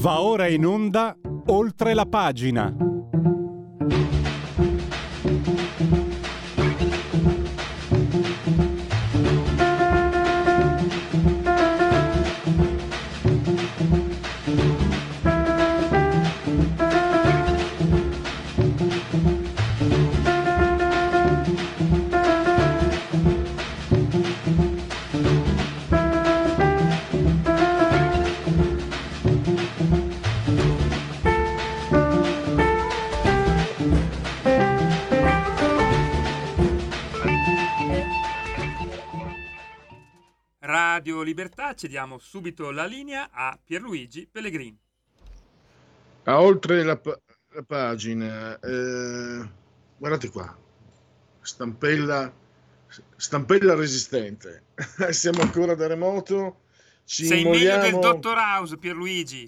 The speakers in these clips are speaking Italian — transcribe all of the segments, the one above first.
Va ora in onda Oltre la pagina. Radio Libertà, cediamo subito la linea a Pierluigi Pellegrini. Oltre la pagina, guardate qua, stampella resistente. Siamo ancora da remoto. Sei meglio del Dottor House, Pierluigi.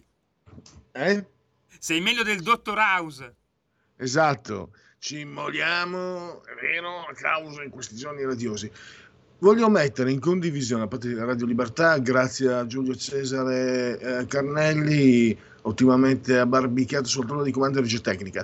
Sei meglio del Dottor House. Esatto, ci immoliamo, è vero, a causa in questi giorni radiosi. Voglio mettere in condivisione, a parte Radio Libertà, grazie a Giulio Cesare Carnelli, ottimamente abbarbicato sul trono di comando e regia tecnica.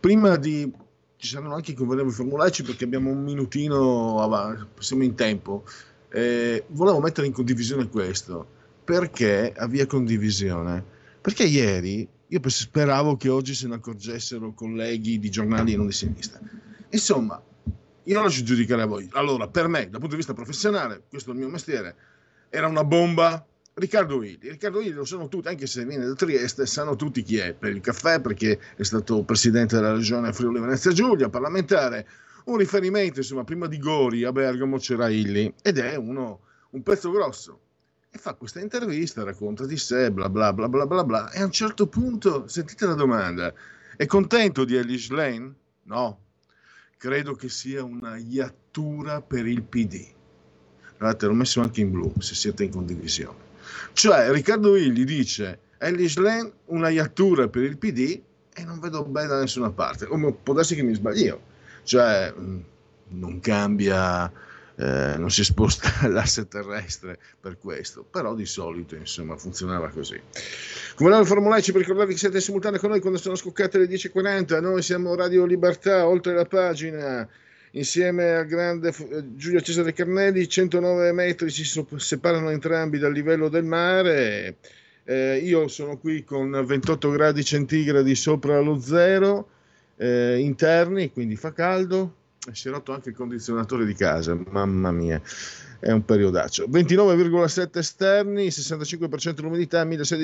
Ci saranno anche i convenevoli formulaici perché abbiamo un minutino avanti, siamo in tempo. Volevo mettere in condivisione questo. Perché a via condivisione? Perché ieri io speravo che oggi se ne accorgessero colleghi di giornali e non di sinistra. Insomma, io non lascio giudicare a voi. Allora, per me, dal punto di vista professionale, questo è il mio mestiere, era una bomba. Riccardo Illy lo sanno tutti, anche se viene da Trieste, sanno tutti chi è per il caffè, perché è stato presidente della regione Friuli Venezia Giulia, parlamentare, un riferimento, insomma, prima di Gori a Bergamo c'era Illy, ed è un pezzo grosso. E fa questa intervista, racconta di sé, bla bla bla bla bla bla, e a un certo punto, sentite la domanda, è contento di Elish Lane? No. Credo che sia una iattura per il PD. Guardate, l'ho messo anche in blu, se siete in condivisione. Cioè, Riccardo Illy dice, Elish Lane, una iattura per il PD, e non vedo bene da nessuna parte. O può darsi che mi sbaglio. Cioè, non cambia, non si sposta l'asse terrestre per questo. Però di solito, insomma, funzionava così. Come formulaici per ricordarvi che siete in simultaneo con noi quando sono scoccate le 10:40. Noi siamo Radio Libertà, oltre la pagina, insieme al grande Giulio Cesare Carnelli. 109 metri ci separano entrambi dal livello del mare. Io sono qui con 28 gradi centigradi sopra lo zero interni, quindi fa caldo. Si è rotto anche il condizionatore di casa, mamma mia, è un periodaccio. 29,7 esterni, 65% l'umidità,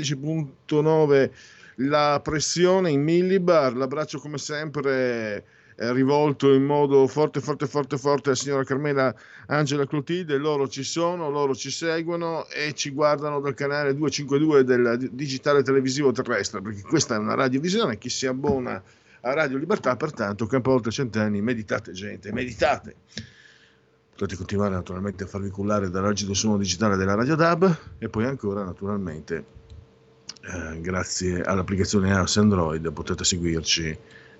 1016,9 la pressione in millibar. L'abbraccio come sempre rivolto in modo forte alla signora Carmela Angela Clotilde. Loro ci sono, loro ci seguono e ci guardano dal canale 252 del digitale televisivo terrestre, perché questa è una radiovisione. Chi si abbona a Radio Libertà, pertanto, campo oltre cent'anni, meditate gente, meditate. Potete continuare naturalmente a farvi cullare dall'agido suono digitale della Radio DAB e poi ancora naturalmente grazie all'applicazione iOS Android potete seguirci.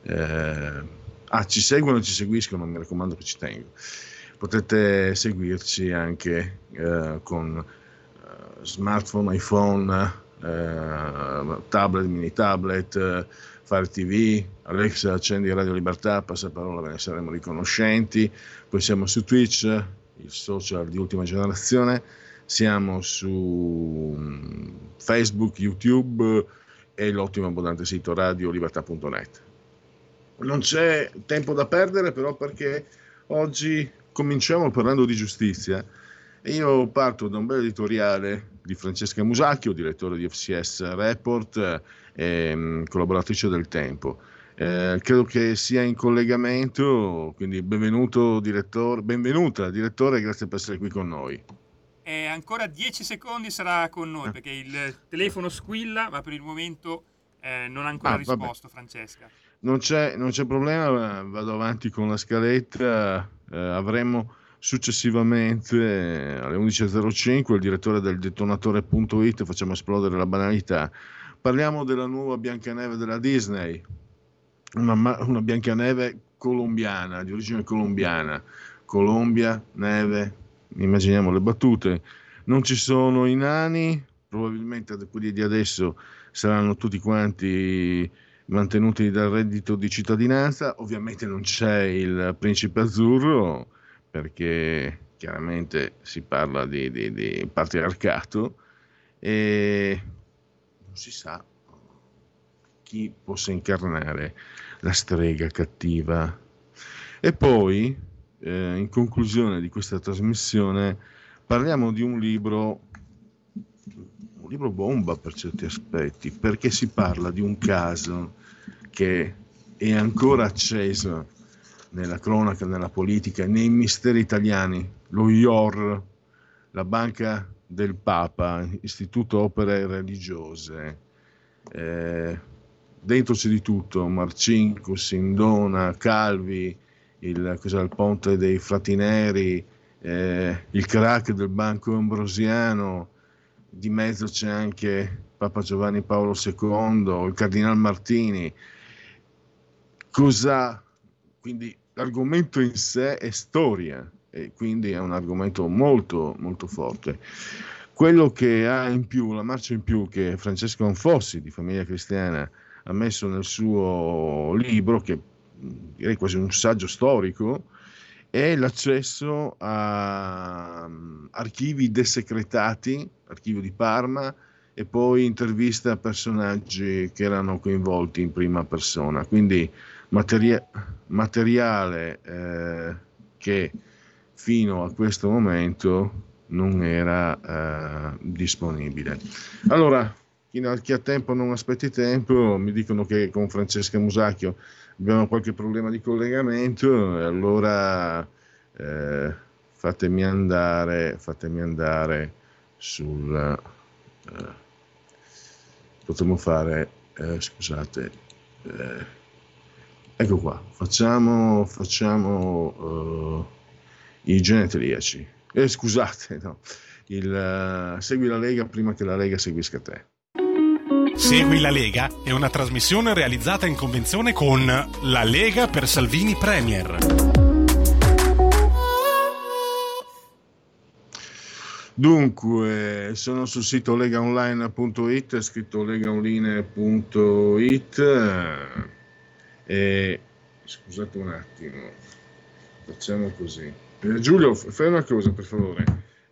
Ci seguono e ci seguiscono, mi raccomando che ci tengo. Potete seguirci anche con smartphone, iPhone, tablet, mini tablet, Fire TV, Alexa accendi Radio Libertà, passaparola, ve ne saremo riconoscenti. Poi siamo su Twitch, il social di ultima generazione, siamo su Facebook, YouTube e l'ottimo abbondante sito radiolibertà.net. Non c'è tempo da perdere però, perché oggi cominciamo parlando di giustizia e io parto da un bel editoriale di Francesca Musacchio, direttore di FCS Report e collaboratrice del Tempo. Credo che sia in collegamento, quindi benvenuta direttore, grazie per essere qui con noi. Ancora 10 secondi sarà con noi perché il telefono squilla, ma per il momento non ha ancora risposto. Vabbè. Francesca, non c'è problema, vado avanti con la scaletta. Avremo successivamente alle 11.05 il direttore del detonatore.it, facciamo esplodere la banalità. Parliamo della nuova Biancaneve della Disney, una Biancaneve colombiana, di origine colombiana. Colombia, neve, immaginiamo le battute. Non ci sono i nani, probabilmente quelli di adesso saranno tutti quanti mantenuti dal reddito di cittadinanza. Ovviamente non c'è il principe azzurro, perché chiaramente si parla di patriarcato e non si sa chi possa incarnare la strega cattiva. E poi, in conclusione di questa trasmissione, parliamo di un libro bomba per certi aspetti, perché si parla di un caso che è ancora acceso nella cronaca, nella politica, nei misteri italiani, lo IOR, la Banca del Papa, Istituto Opere Religiose. Dentro c'è di tutto: Marcinkus, Sindona, Calvi, il ponte dei Frati Neri, il crack del Banco Ambrosiano, di mezzo c'è anche Papa Giovanni Paolo II, il Cardinal Martini. Quindi l'argomento in sé è storia, e quindi è un argomento molto molto forte. Quello che ha in più, la marcia in più che Francesco Anfossi di Famiglia Cristiana ha messo nel suo libro, che direi quasi un saggio storico, è l'accesso a archivi desecretati, archivio di Parma, e poi interviste a personaggi che erano coinvolti in prima persona, quindi materiale che fino a questo momento non era disponibile. Allora, chi ha tempo non aspetti tempo. Mi dicono che con Francesca Musacchio abbiamo qualche problema di collegamento, e allora fatemi andare sul potremmo fare scusate, ecco qua, facciamo i genetriaci, scusate, no, segui la Lega prima che la Lega seguisca te. Segui la Lega è una trasmissione realizzata in convenzione con La Lega per Salvini Premier. Dunque, sono sul sito legaonline.it, è scritto legaonline.it, e scusate un attimo, facciamo così. Giulio, fai una cosa per favore,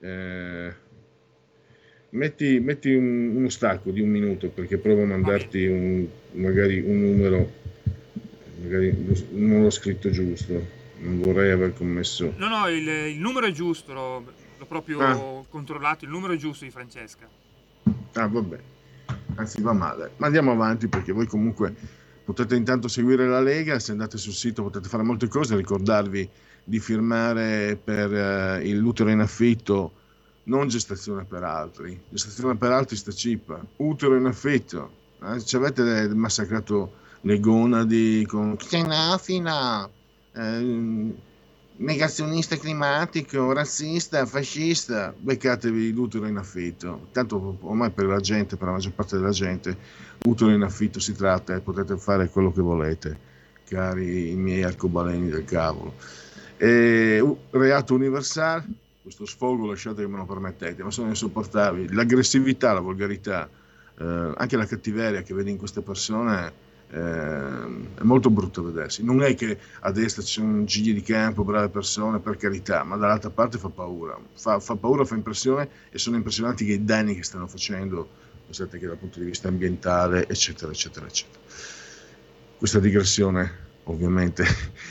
metti uno stacco di 1 minuto, perché provo a mandarti magari un numero, magari non l'ho scritto giusto, non vorrei aver commesso. No, il numero è giusto, l'ho proprio controllato, il numero è giusto di Francesca. Vabbè, anzi va male, ma andiamo avanti, perché voi comunque potete intanto seguire la Lega. Se andate sul sito potete fare molte cose, ricordarvi di firmare per l'utero in affitto, non gestazione per altri. Gestazione per altri sta cipa, utero in affitto. Ci avete massacrato le gonadi con xenofila, negazionista climatico, razzista, fascista. Beccatevi l'utero in affitto. Tanto ormai per la maggior parte della gente, utero in affitto si tratta, e potete fare quello che volete, cari i miei arcobaleni del cavolo. Reato universale, questo sfogo lasciate che me lo permettete, ma sono insopportabili. L'aggressività, la volgarità, anche la cattiveria che vedi in queste persone, è molto brutto vedersi. Non è che a destra ci sono gigli di campo, brave persone, per carità, ma dall'altra parte fa paura, fa paura, fa impressione, e sono impressionanti che i danni che stanno facendo, pensate che dal punto di vista ambientale, eccetera eccetera eccetera. Questa digressione ovviamente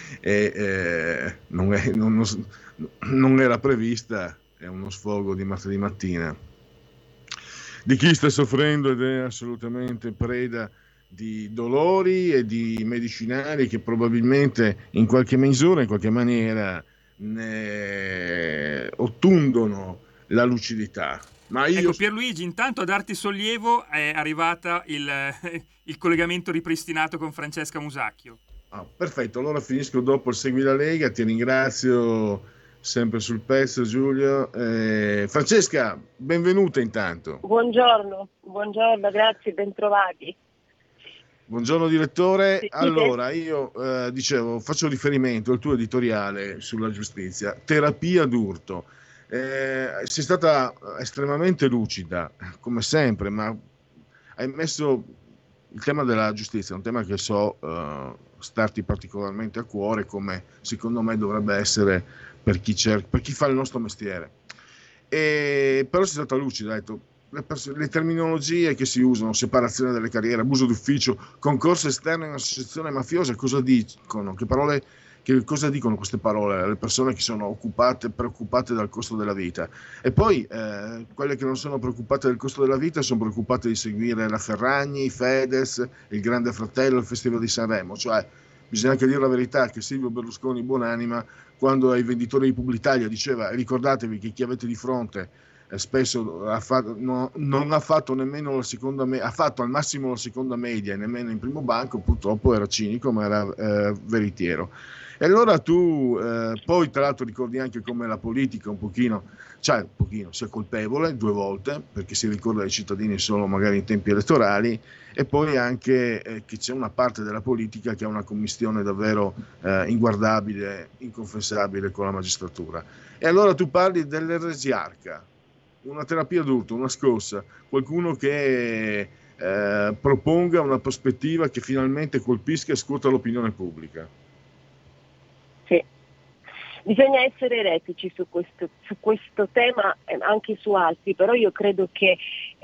non era prevista, è uno sfogo di martedì mattina di chi sta soffrendo ed è assolutamente preda di dolori e di medicinali che probabilmente in qualche misura, in qualche maniera, ne ottundono la lucidità. Ma Ecco, Pierluigi, intanto a darti sollievo è arrivata il collegamento ripristinato con Francesca Musacchio. Perfetto, allora finisco dopo il Segui la Lega. Ti ringrazio, sempre sul pezzo, Giulio. Francesca, benvenuta intanto. Buongiorno, grazie, bentrovati. Buongiorno direttore. Sì. Allora, io dicevo, faccio riferimento al tuo editoriale sulla giustizia, terapia d'urto. sei stata estremamente lucida, come sempre, ma hai messo il tema della giustizia, un tema che so starti particolarmente a cuore, come secondo me dovrebbe essere per chi fa il nostro mestiere. Però sei stata lucida, hai detto le terminologie che si usano, separazione delle carriere, abuso d'ufficio, concorso esterno in associazione mafiosa, cosa dicono? Cosa dicono queste parole alle persone che sono preoccupate dal costo della vita? E poi quelle che non sono preoccupate del costo della vita sono preoccupate di seguire la Ferragni, Fedez, il Grande Fratello, il Festival di Sanremo. Cioè, bisogna anche dire la verità che Silvio Berlusconi, buonanima, quando ai venditori di Publitalia diceva ricordatevi che chi avete di fronte spesso non ha fatto nemmeno la seconda media, ha fatto al massimo la seconda media e nemmeno in primo banco, purtroppo era cinico ma era veritiero. E allora tu poi tra l'altro ricordi anche come la politica un pochino sia colpevole 2 volte, perché si ricorda ai cittadini solo magari in tempi elettorali, e poi anche che c'è una parte della politica che ha una commistione davvero inguardabile, inconfessabile con la magistratura. E allora tu parli dell'eresiarca, una terapia d'urto, una scossa, qualcuno che proponga una prospettiva che finalmente colpisca e scuota l'opinione pubblica. Sì. Bisogna essere eretici su questo tema, anche su altri, però io credo che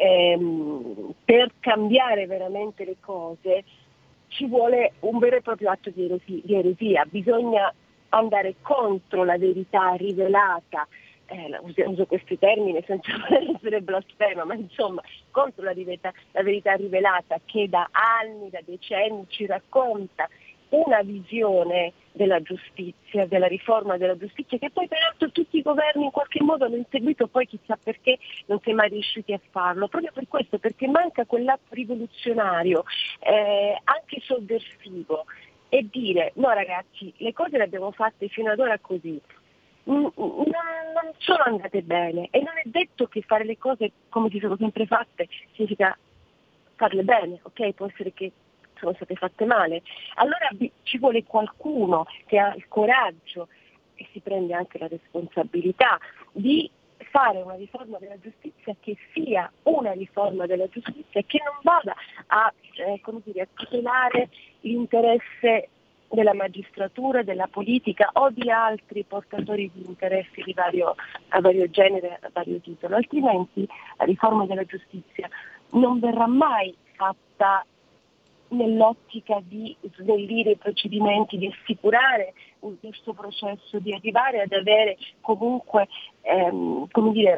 per cambiare veramente le cose ci vuole un vero e proprio atto di eresia, bisogna andare contro la verità rivelata, uso questi termini senza essere blasfema, ma insomma contro la verità rivelata che da anni, da decenni ci racconta una visione della giustizia, della riforma della giustizia, che poi peraltro tutti i governi in qualche modo hanno inseguito, poi chissà perché non si è mai riusciti a farlo, proprio per questo, perché manca quell'atto rivoluzionario, anche sovversivo, e dire no ragazzi, le cose le abbiamo fatte fino ad ora così, non sono andate bene, e non è detto che fare le cose come si sono sempre fatte significa farle bene, ok? Può essere che sono state fatte male. Allora ci vuole qualcuno che ha il coraggio e si prende anche la responsabilità di fare una riforma della giustizia che sia una riforma della giustizia che non vada a tutelare l'interesse della magistratura, della politica o di altri portatori di interessi a vario genere, a vario titolo. Altrimenti la riforma della giustizia non verrà mai fatta nell'ottica di snellire i procedimenti, di assicurare un giusto processo, di arrivare ad avere comunque un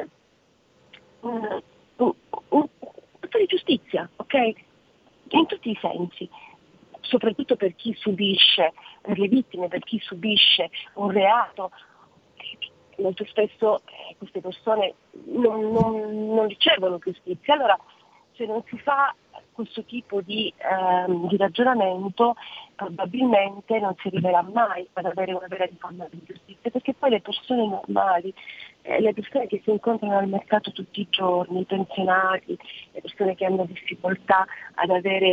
atto di giustizia, ok? In tutti i sensi, soprattutto per chi subisce, per le vittime, per chi subisce un reato. Molto spesso queste persone non ricevono giustizia. Allora, se non si fa questo tipo di ragionamento, probabilmente non si arriverà mai ad avere una vera riforma di giustizia, perché poi le persone normali, le persone che si incontrano al mercato tutti i giorni, i pensionati, le persone che hanno difficoltà ad avere,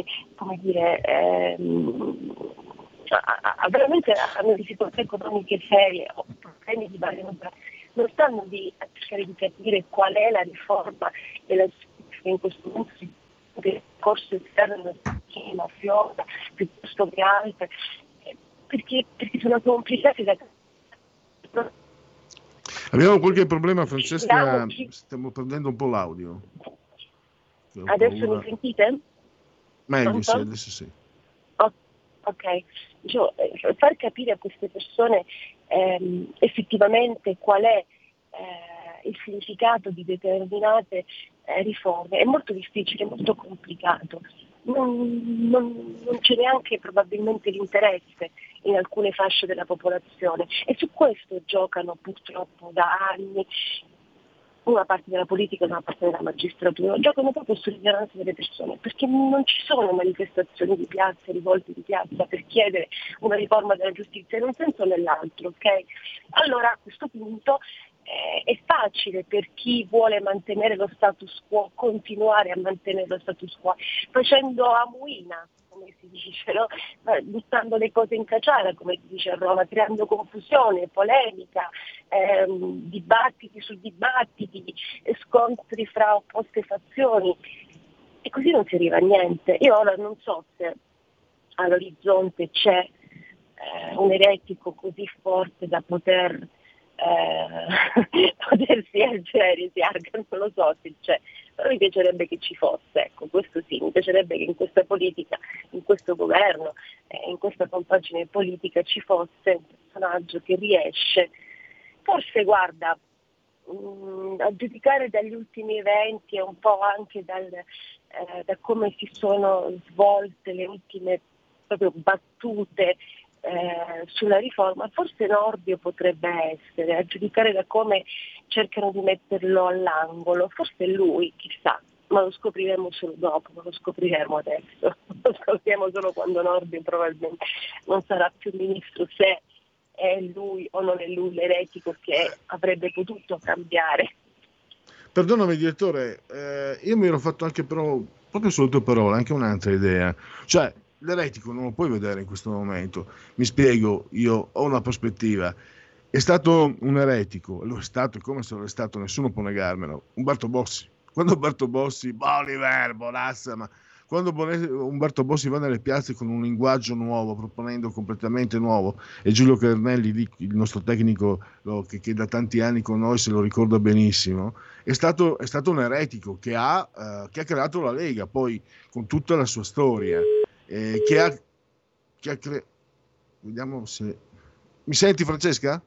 veramente hanno difficoltà economiche serie o problemi di varia natura, non stanno a cercare di capire qual è la riforma della giustizia che in questo momento si del corso esterno mafiosa piuttosto che altre, perché sono complicati da. Abbiamo qualche problema, Francesca, stiamo perdendo un po' l'audio. Adesso mi sentite? Meglio, sì, adesso sì. Ok, far capire a queste persone effettivamente qual è il significato di determinate riforme è molto difficile, molto complicato. Non c'è neanche probabilmente l'interesse in alcune fasce della popolazione, e su questo giocano purtroppo da anni una parte della politica e una parte della magistratura, giocano proprio sull'ignoranza delle persone, perché non ci sono manifestazioni di piazza, rivolte di piazza per chiedere una riforma della giustizia in un senso o nell'altro, ok? Allora a questo punto è facile per chi vuole mantenere lo status quo continuare a mantenere lo status quo facendo amuina, come come si dice, no? Buttando le cose in caciara, come si dice a Roma, creando confusione, polemica, dibattiti su dibattiti, scontri fra opposte fazioni, e così non si arriva a niente. Io ora non so se all'orizzonte c'è un eretico così forte da potersi ergere eresiarca, non lo so se c'è, però mi piacerebbe che ci fosse, ecco, questo sì, mi piacerebbe che in questa politica, in questo governo, in questa compagine politica ci fosse un personaggio che riesce, forse guarda, a giudicare dagli ultimi eventi e un po' anche da come si sono svolte le ultime proprio battute sulla riforma, forse Nordio potrebbe essere, a giudicare da come cercano di metterlo all'angolo, forse è lui, chissà, ma lo scopriremo solo dopo, non lo scopriremo adesso, lo scopriremo solo quando Nordio probabilmente non sarà più ministro, se è lui o non è lui l'eretico che avrebbe potuto cambiare. Perdonami direttore, io mi ero fatto anche però, proprio sulle tue parole, anche un'altra idea, cioè l'eretico non lo puoi vedere in questo momento. Mi spiego, io ho una prospettiva. È stato un eretico, lo è stato, e come se lo è stato, nessuno può negarmelo, Umberto Bossi. Quando Umberto Bossi, Bolivar, Bonassa, ma quando Umberto Bossi va nelle piazze con un linguaggio nuovo, proponendo completamente nuovo, e Giulio Carnelli, il nostro tecnico che da tanti anni con noi se lo ricorda benissimo, è stato un eretico che ha creato la Lega, poi con tutta la sua storia. Vediamo se mi senti, Francesca?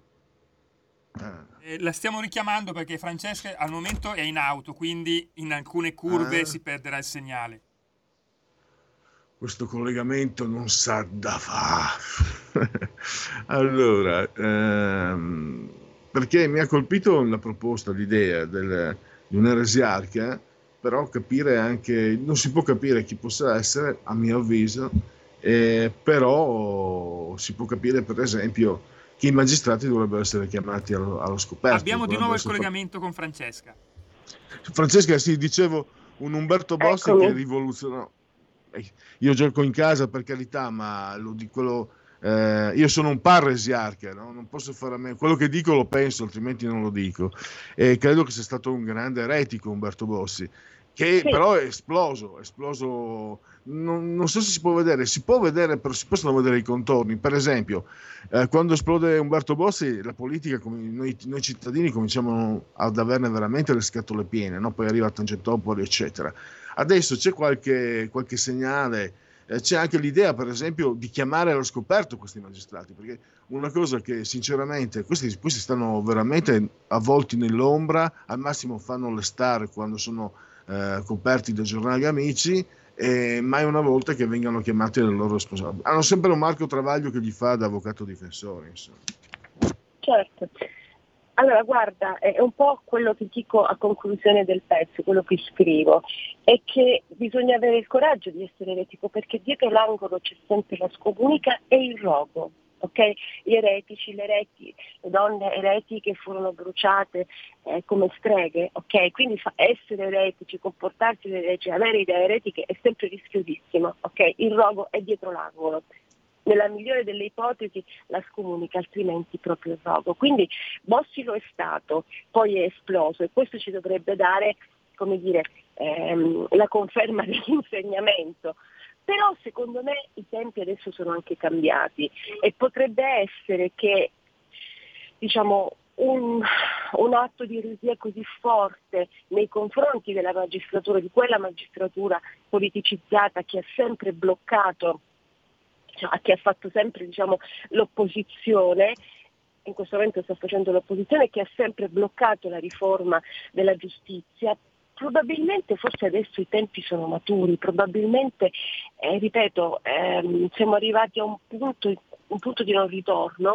La stiamo richiamando perché Francesca al momento è in auto, quindi in alcune curve si perderà il segnale. Questo collegamento non sa da fare. Allora, perché mi ha colpito la proposta, l'idea di un eresiarca, però capire anche, non si può capire chi possa essere, a mio avviso, però si può capire per esempio che i magistrati dovrebbero essere chiamati allo scoperto. Abbiamo di nuovo il collegamento con Francesca. Francesca, sì, dicevo, un Umberto Bossi che rivoluzionò. Io gioco in casa, per carità, ma io sono un parresiarca, no? Non posso fare a me quello che dico, lo penso, altrimenti non lo dico, e credo che sia stato un grande eretico Umberto Bossi, che però è esploso. Non so se si può vedere, però si possono vedere i contorni. Per esempio, quando esplode Umberto Bossi, la politica, noi cittadini cominciamo ad averne veramente le scatole piene, no? Poi arriva Tangentopoli, eccetera. Adesso c'è qualche segnale, c'è anche l'idea, per esempio, di chiamare allo scoperto questi magistrati, perché una cosa che sinceramente questi stanno veramente avvolti nell'ombra, al massimo fanno le star quando sono coperti da giornali amici, e mai una volta che vengano chiamati dal loro responsabile. Hanno sempre un Marco Travaglio che gli fa da avvocato difensore, insomma. Certo. Allora, guarda, è un po' quello che dico a conclusione del pezzo, quello che scrivo, è che bisogna avere il coraggio di essere eretico, perché dietro l'angolo c'è sempre la scomunica e il rogo, ok? Gli eretici, le donne eretiche furono bruciate come streghe, ok? Quindi essere eretici, comportarsi da eretici, avere idee eretiche è sempre rischiosissimo, ok? Il rogo è dietro l'angolo. Nella migliore delle ipotesi la scomunica, altrimenti proprio il rogo. Quindi Bossi lo è stato, poi è esploso, e questo ci dovrebbe dare, come dire, la conferma dell'insegnamento. Però secondo me i tempi adesso sono anche cambiati, e potrebbe essere che, diciamo, un atto di eresia così forte nei confronti della magistratura, di quella magistratura politicizzata che ha sempre bloccato, che ha fatto sempre, diciamo, l'opposizione, in questo momento sta facendo l'opposizione, che ha sempre bloccato la riforma della giustizia. Probabilmente, forse adesso i tempi sono maturi, probabilmente, ripeto, siamo arrivati a un punto di non ritorno,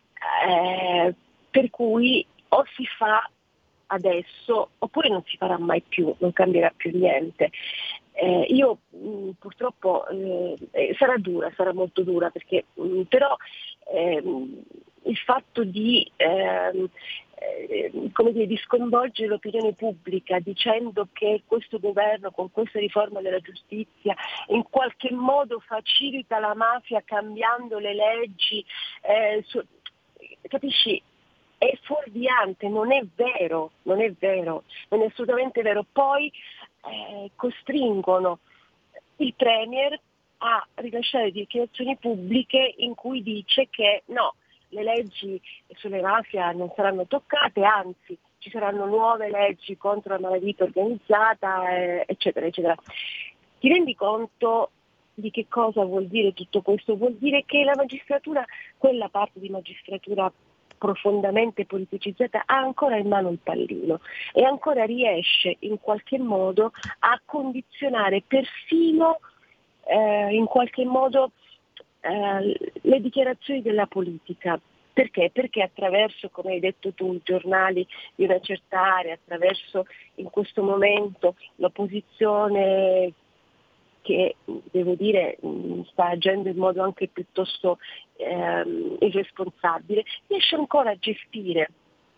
per cui o si fa adesso oppure non si farà mai più, non cambierà più niente. Io purtroppo sarà molto dura, perché però il fatto di come dire, di sconvolgere l'opinione pubblica dicendo che questo governo con questa riforma della giustizia in qualche modo facilita la mafia cambiando le leggi, capisci? È fuorviante, non è vero, non è assolutamente vero. Poi costringono il Premier a rilasciare dichiarazioni pubbliche in cui dice che no, le leggi sulle mafia non saranno toccate, anzi ci saranno nuove leggi contro la malavita organizzata, eccetera, eccetera. Ti rendi conto di che cosa vuol dire tutto questo? Vuol dire che la magistratura, quella parte di magistratura profondamente politicizzata, ha ancora in mano il pallino e ancora riesce in qualche modo a condizionare persino in qualche modo le dichiarazioni della politica. Perché? Perché attraverso, come hai detto tu, giornali di una certa area, attraverso in questo momento l'opposizione che, devo dire, sta agendo in modo anche piuttosto irresponsabile, riesce ancora a gestire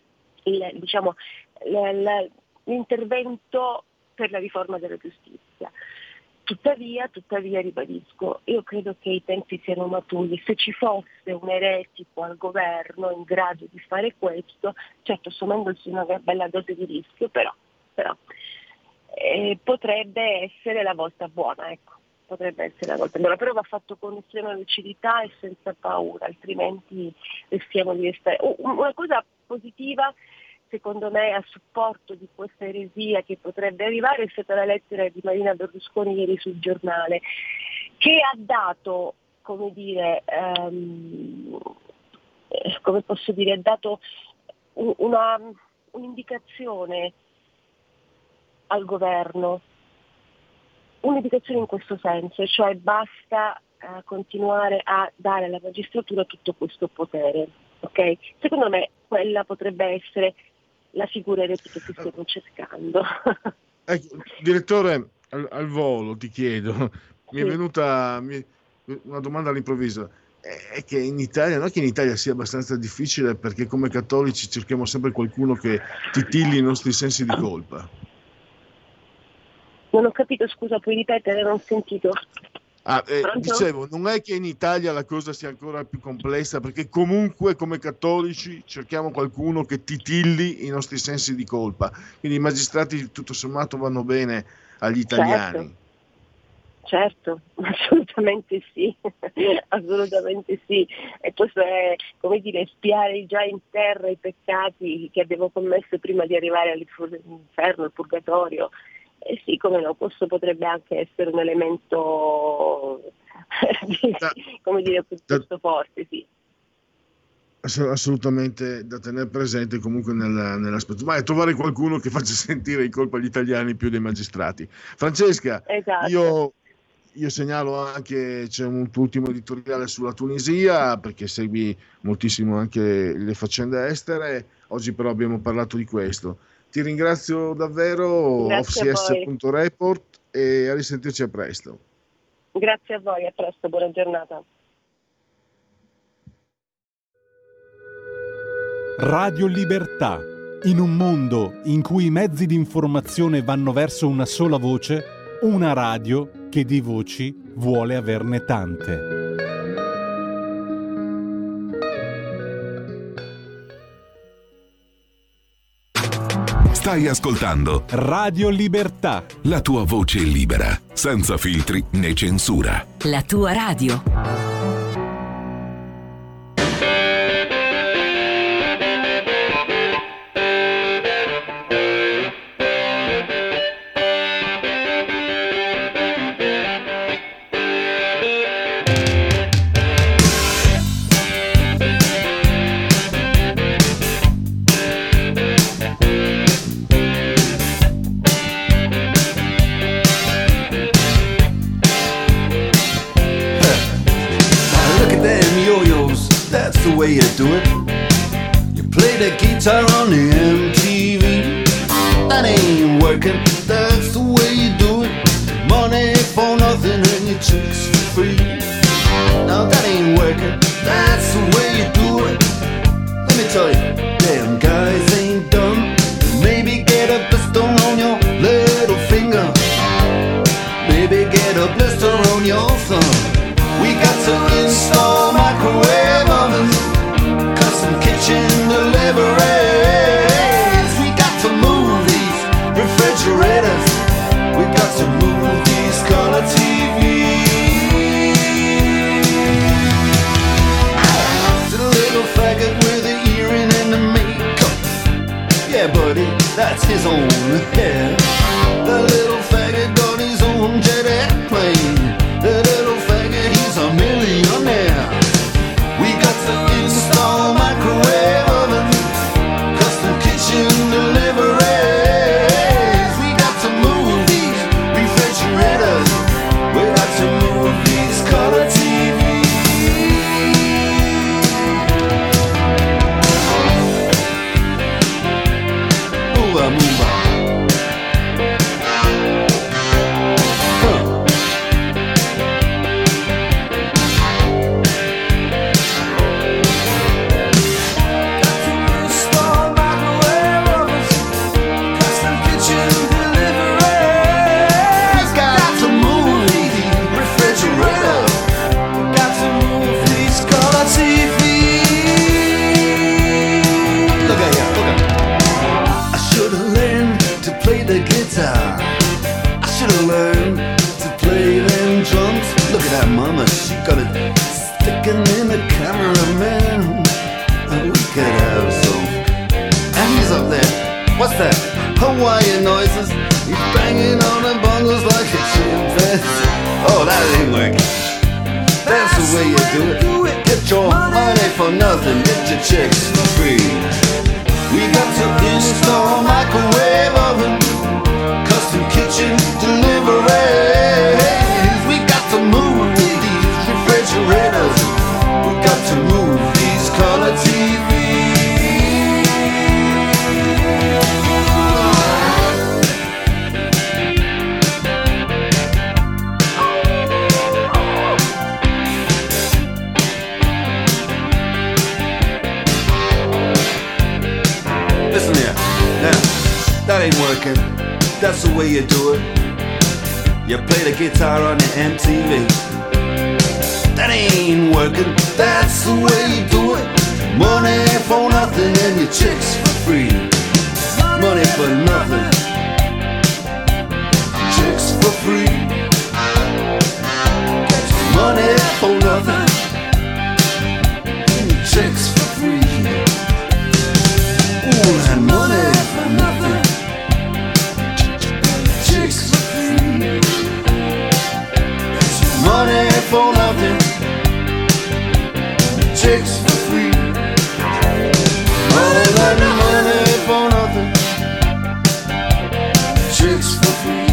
l'intervento per la riforma della giustizia. Tuttavia, ribadisco, io credo che i tempi siano maturi. Se ci fosse un eretico al governo in grado di fare questo, certo assumendosi una bella dose di rischio, però potrebbe essere la volta buona, ecco. Potrebbe essere la volta buona, però va fatto con estrema lucidità e senza paura, altrimenti rischiamo di restare. Una cosa positiva, secondo me, a supporto di questa eresia che potrebbe arrivare, è stata la lettera di Marina Berlusconi ieri sul Giornale, che ha dato, come dire, come posso dire, ha dato un'indicazione al governo, un'indicazione in questo senso, cioè basta continuare a dare alla magistratura tutto questo potere, ok? Secondo me quella potrebbe essere la figura eretica che stiamo cercando. Ecco, direttore, al volo ti chiedo, mi è venuta una domanda all'improvviso. È che in Italia, non è che in Italia sia abbastanza difficile, perché come cattolici cerchiamo sempre qualcuno che titilli i nostri sensi di colpa. Non ho capito, scusa, puoi ripetere, non ho sentito. Dicevo, non è che in Italia la cosa sia ancora più complessa, perché comunque come cattolici cerchiamo qualcuno che titilli i nostri sensi di colpa, quindi i magistrati tutto sommato vanno bene agli italiani. Certo, assolutamente sì, assolutamente sì, e questo è, come dire, spiare già in terra i peccati che abbiamo commesso prima di arrivare all'inferno, al purgatorio. Sì, come no, questo potrebbe anche essere un elemento come dire, piuttosto forte, sì. Assolutamente da tenere presente comunque nell'aspetto, ma è trovare qualcuno che faccia sentire in colpa gli italiani più dei magistrati. Francesca, esatto. Io segnalo anche, c'è un tuo ultimo editoriale sulla Tunisia, perché segui moltissimo anche le faccende estere. Oggi però abbiamo parlato di questo. Ti ringrazio davvero, offcs.report, e a risentirci a presto. Grazie a voi, a presto, buona giornata. Radio Libertà. In un mondo in cui i mezzi di informazione vanno verso una sola voce, una radio che di voci vuole averne tante. Stai ascoltando Radio Libertà, la tua voce libera, senza filtri né censura. La tua radio. Way to do it. You play the guitar on the MTV. That ain't working, that's the way you do it. Money for nothing and your chicks for free. Now that ain't working, that's the way you do it. Let me tell you, damn guys Yeah, buddy, that's his own hair. The little faggot got his own jet airplane. The little faggot, he's a millionaire. We got to install microwave oven, custom kitchen deliveries. We got to move these refrigerators. We got to move these color TVs. Move on. I should have learned to play them drums. Look at that mama, she got it sticking in the cameraman. We could have some. And he's up there. What's that? Hawaiian noises. He's banging on the bongos like a chimpanzee. Oh, that ain't working. That's the way you do it. Get your money for nothing. Get your chicks for free. We got to install microwave oven, custom kitchen deliveries. We got to move these refrigerators. We got to move these color TVs. Listen here, now, that ain't working. That's the way you do it. You play the guitar on the MTV. That ain't working. That's the way you do it. Money for nothing and your chicks for free. Money for nothing, chicks for free. Money for nothing, chicks for free. Ooh, and money for nothing, chicks for free. Money for nothing, chicks for free. All that money for nothing, chicks for free.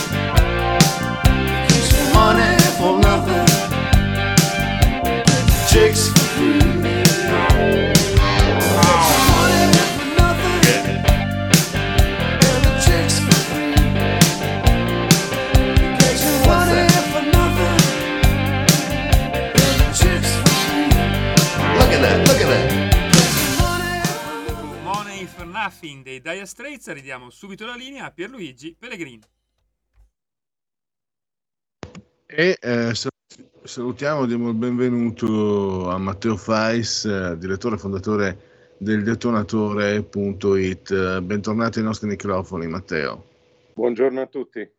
Money for nothing, chicks for free. Money for Nothing dei Dire Straits. Ridiamo subito la linea a Pierluigi Pellegrini. E salutiamo, diamo il benvenuto a Matteo Fais, direttore e fondatore del detonatore.it. Bentornati ai nostri microfoni, Matteo. Buongiorno a tutti.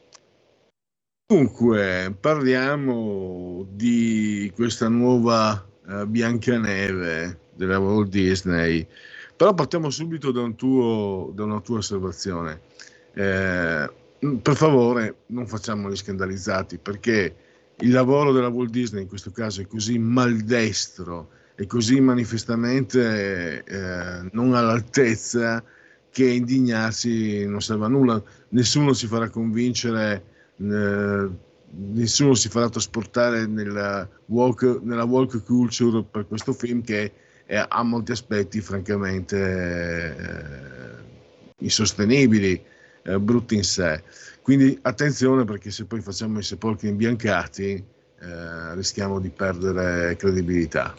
Dunque, parliamo di questa nuova Biancaneve della Walt Disney, però partiamo subito da una tua osservazione. Per favore, non facciamoli scandalizzati, perché il lavoro della Walt Disney in questo caso è così maldestro e così manifestamente non all'altezza che indignarsi non serve a nulla. Nessuno si farà convincere, nessuno si farà trasportare nella woke culture per questo film, che ha molti aspetti francamente insostenibili, brutti in sé. Quindi attenzione, perché se poi facciamo i sepolcri imbiancati rischiamo di perdere credibilità.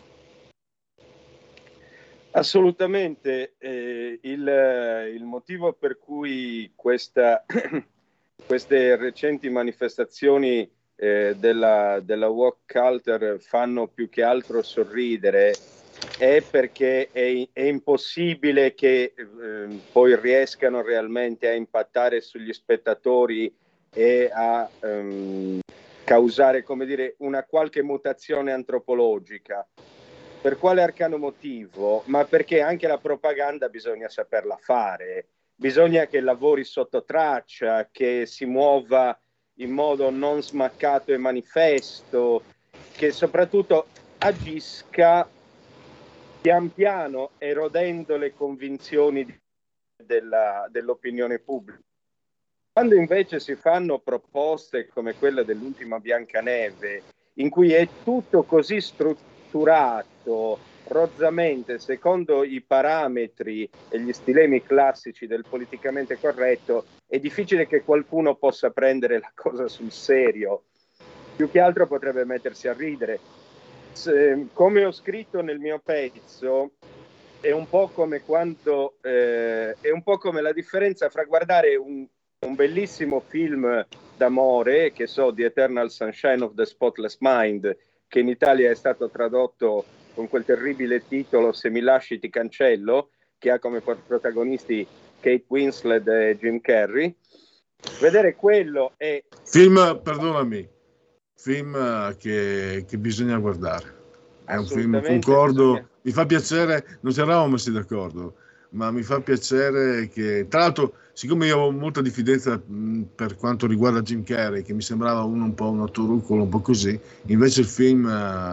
Assolutamente. Il motivo per cui queste recenti manifestazioni della woke culture fanno più che altro sorridere è perché è impossibile che poi riescano realmente a impattare sugli spettatori e a causare, come dire, una qualche mutazione antropologica. Per quale arcano motivo? Ma perché anche la propaganda bisogna saperla fare, bisogna che lavori sotto traccia, che si muova in modo non smaccato e manifesto, che soprattutto agisca pian piano, erodendo le convinzioni dell'opinione pubblica. Quando invece si fanno proposte come quella dell'ultima Biancaneve, in cui è tutto così strutturato, rozzamente, secondo i parametri e gli stilemi classici del politicamente corretto, è difficile che qualcuno possa prendere la cosa sul serio. Più che altro potrebbe mettersi a ridere. Come ho scritto nel mio pezzo, è un po' come quando è un po' come la differenza fra guardare un bellissimo film d'amore, che so, The Eternal Sunshine of the Spotless Mind, che in Italia è stato tradotto con quel terribile titolo Se mi lasci ti cancello, che ha come protagonisti Kate Winslet e Jim Carrey. Vedere quello è film, perdonami, film che bisogna guardare. È un film, concordo, mi fa piacere, non ci eravamo messi d'accordo, ma mi fa piacere che, tra l'altro, siccome io ho molta diffidenza per quanto riguarda Jim Carrey, che mi sembrava un po' un attoruccolo, un po' così, invece il film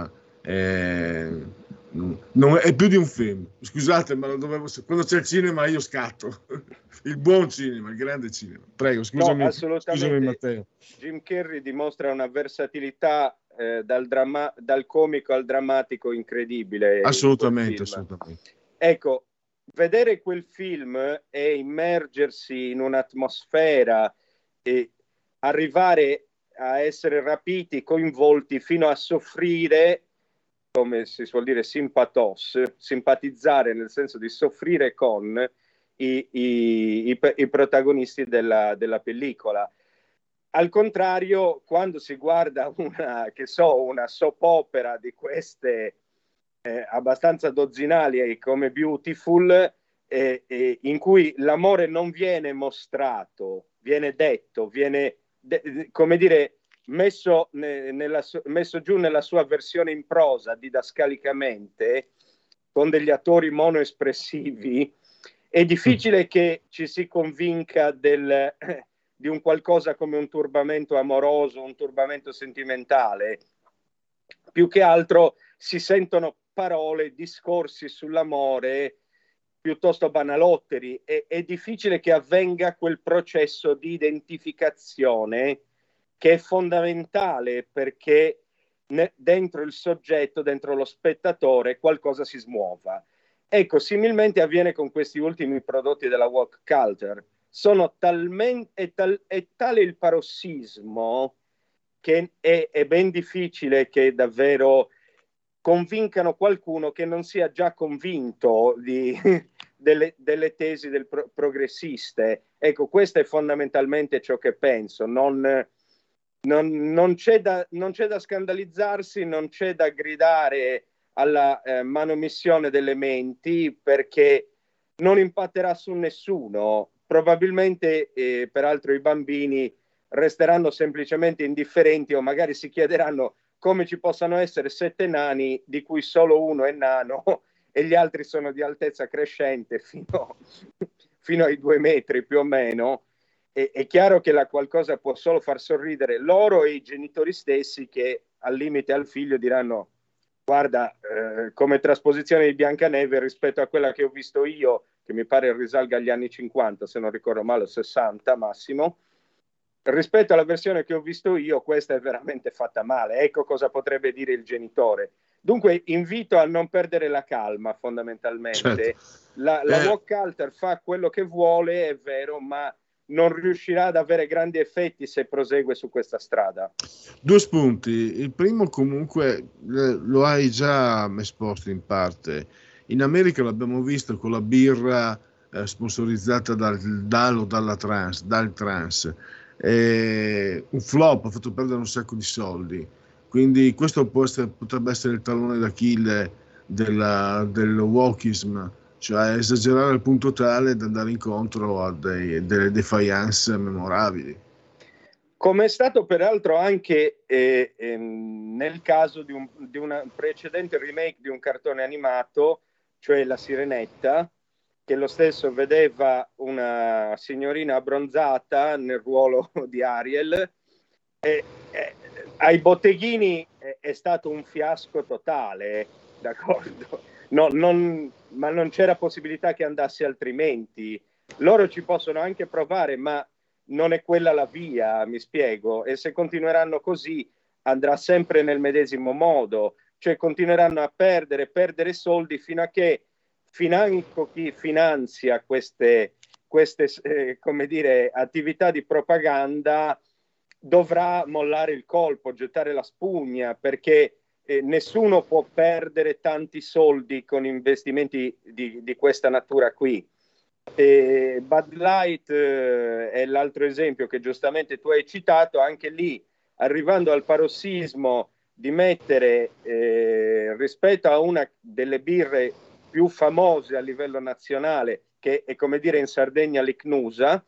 è più di un film. Scusate, ma quando c'è il cinema io scatto. Il buon cinema, il grande cinema. Prego, scusami, no, assolutamente. Scusami Matteo. Jim Carrey dimostra una versatilità dal comico al drammatico incredibile. Assolutamente. Ecco, vedere quel film e immergersi in un'atmosfera e arrivare a essere rapiti, coinvolti fino a soffrire, come si suol dire, simpatizzare nel senso di soffrire con i protagonisti della pellicola. Al contrario, quando si guarda una soap opera di queste abbastanza dozzinali come Beautiful, in cui l'amore non viene mostrato, viene detto, viene come dire messo giù nella sua versione in prosa didascalicamente, con degli attori monoespressivi, è difficile che ci si convinca di un qualcosa come un turbamento amoroso, un turbamento sentimentale. Più che altro si sentono parole, discorsi sull'amore piuttosto banalotteri. È difficile che avvenga quel processo di identificazione che è fondamentale perché dentro il soggetto, dentro lo spettatore, qualcosa si smuova. Ecco, similmente avviene con questi ultimi prodotti della woke culture. Sono è tale il parossismo che è ben difficile che davvero convincano qualcuno che non sia già convinto delle tesi progressiste. Ecco, questo è fondamentalmente ciò che penso. Non c'è da scandalizzarsi, non c'è da gridare alla manomissione delle menti, perché non impatterà su nessuno. Probabilmente, peraltro, i bambini resteranno semplicemente indifferenti o magari si chiederanno come ci possano essere 7 nani di cui solo uno è nano e gli altri sono di altezza crescente fino ai 2 metri più o meno. È chiaro che la qualcosa può solo far sorridere loro e i genitori stessi, che al limite al figlio diranno: guarda, come trasposizione di Biancaneve rispetto a quella che ho visto io, che mi pare risalga agli anni 50, se non ricordo male, 60 massimo, rispetto alla versione che ho visto io, questa è veramente fatta male. Ecco cosa potrebbe dire il genitore. Dunque invito a non perdere la calma, fondamentalmente. Certo. La woke culture fa quello che vuole, è vero, ma non riuscirà ad avere grandi effetti se prosegue su questa strada. 2 spunti. Il primo, comunque, lo hai già esposto in parte. In America l'abbiamo visto con la birra sponsorizzata dal trans. Un flop, ha fatto perdere un sacco di soldi. Quindi questo potrebbe essere il tallone d'Achille del wokism, cioè esagerare al punto tale da andare incontro a delle defiance memorabili. Come è stato peraltro anche nel caso di un precedente remake di un cartone animato, cioè La Sirenetta, che lo stesso vedeva una signorina abbronzata nel ruolo di Ariel. Ai botteghini è stato un fiasco totale, d'accordo? Ma non c'era possibilità che andasse altrimenti. Loro ci possono anche provare, ma non è quella la via, mi spiego. E se continueranno così, andrà sempre nel medesimo modo. Cioè continueranno a perdere soldi fino a che financo chi finanzia queste come dire, attività di propaganda dovrà mollare il colpo, gettare la spugna, perché nessuno può perdere tanti soldi con investimenti di questa natura qui. Bud Light è l'altro esempio che giustamente tu hai citato, anche lì arrivando al parossismo di mettere rispetto a una delle birre più famose a livello nazionale, che è come dire in Sardegna l'Icnusa,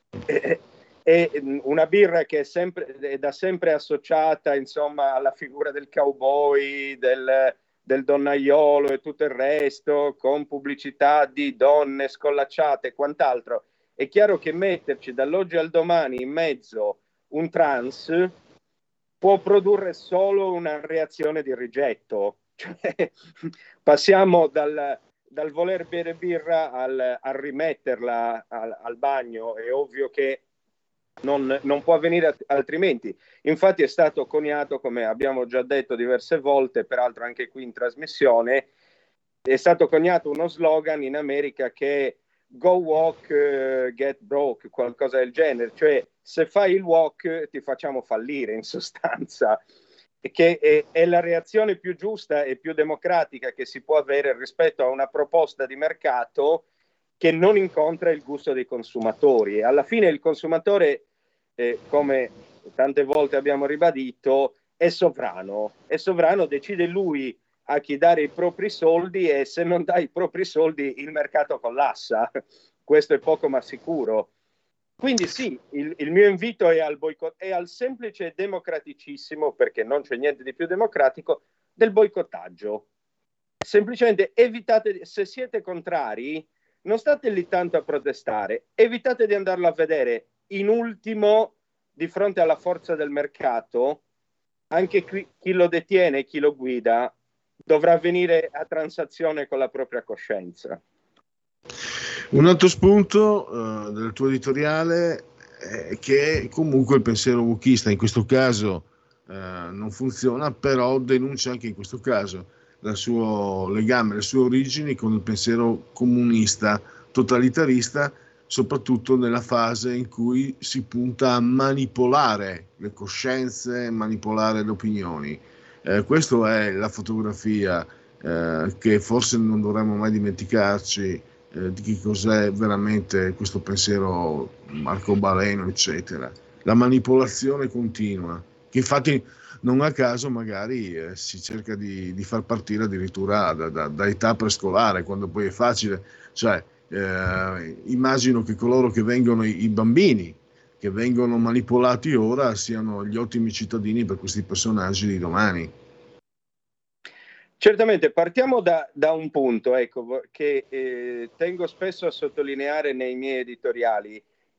è una birra che è da sempre associata, insomma, alla figura del cowboy, del donnaiolo e tutto il resto, con pubblicità di donne scollacciate e quant'altro. È chiaro che metterci dall'oggi al domani in mezzo un trans può produrre solo una reazione di rigetto. Cioè, passiamo dal voler bere birra al rimetterla al bagno. È ovvio che non può avvenire altrimenti. Infatti è stato coniato, come abbiamo già detto diverse volte, peraltro anche qui in trasmissione, è stato coniato uno slogan in America che è go walk, get broke, qualcosa del genere, cioè se fai il walk ti facciamo fallire, in sostanza, che è la reazione più giusta e più democratica che si può avere rispetto a una proposta di mercato che non incontra il gusto dei consumatori. Alla fine il consumatore, come tante volte abbiamo ribadito, è sovrano, decide lui a chi dare i propri soldi, e se non dà i propri soldi il mercato collassa. Questo è poco ma sicuro. Quindi sì, il mio invito è al boicott, è al semplice e democraticissimo, perché non c'è niente di più democratico, del boicottaggio. Semplicemente evitate, se siete contrari, non state lì tanto a protestare, evitate di andarlo a vedere. In ultimo, di fronte alla forza del mercato, anche chi lo detiene e chi lo guida dovrà venire a transazione con la propria coscienza. Un altro spunto del tuo editoriale è che comunque il pensiero wokista in questo caso non funziona, però denuncia anche in questo caso il suo legame, le sue origini con il pensiero comunista, totalitarista, soprattutto nella fase in cui si punta a manipolare le coscienze, manipolare le opinioni. Questa è la fotografia che forse non dovremmo mai dimenticarci di che cos'è veramente questo pensiero arcobaleno, eccetera. La manipolazione continua, che infatti non a caso magari si cerca di far partire addirittura da età prescolare, quando poi è facile. Cioè, immagino che coloro che vengono, i bambini che vengono manipolati ora, siano gli ottimi cittadini per questi personaggi di domani. Certamente, partiamo da un punto, ecco, che tengo spesso a sottolineare nei miei editoriali.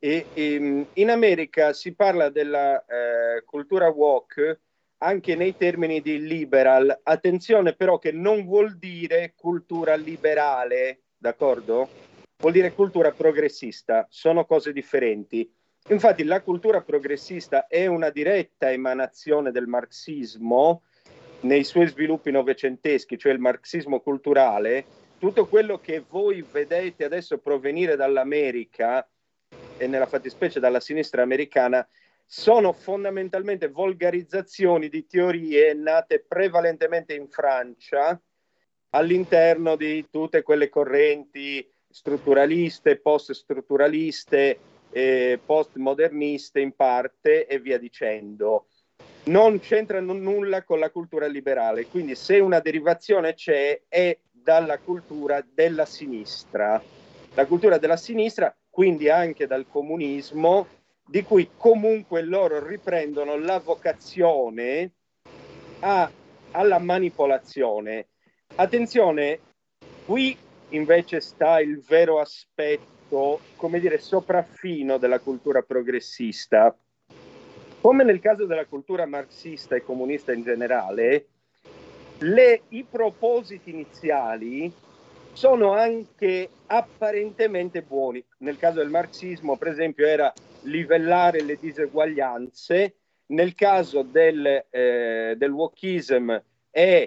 In America si parla della cultura woke anche nei termini di liberal. Attenzione però, che non vuol dire cultura liberale, d'accordo? Vuol dire cultura progressista, sono cose differenti. Infatti la cultura progressista è una diretta emanazione del marxismo nei suoi sviluppi novecenteschi, cioè il marxismo culturale. Tutto quello che voi vedete adesso provenire dall'America, e nella fattispecie dalla sinistra americana, sono fondamentalmente volgarizzazioni di teorie nate prevalentemente in Francia all'interno di tutte quelle correnti strutturaliste, post-strutturaliste, postmoderniste in parte e via dicendo. Non c'entrano nulla con la cultura liberale, quindi se una derivazione c'è è dalla cultura della sinistra. La cultura della sinistra, quindi anche dal comunismo, di cui comunque loro riprendono la vocazione alla manipolazione. Attenzione, qui invece sta il vero aspetto, come dire, sopraffino della cultura progressista. Come nel caso della cultura marxista e comunista in generale, i propositi iniziali sono anche apparentemente buoni. Nel caso del marxismo, per esempio, era livellare le diseguaglianze. Nel caso del wokism è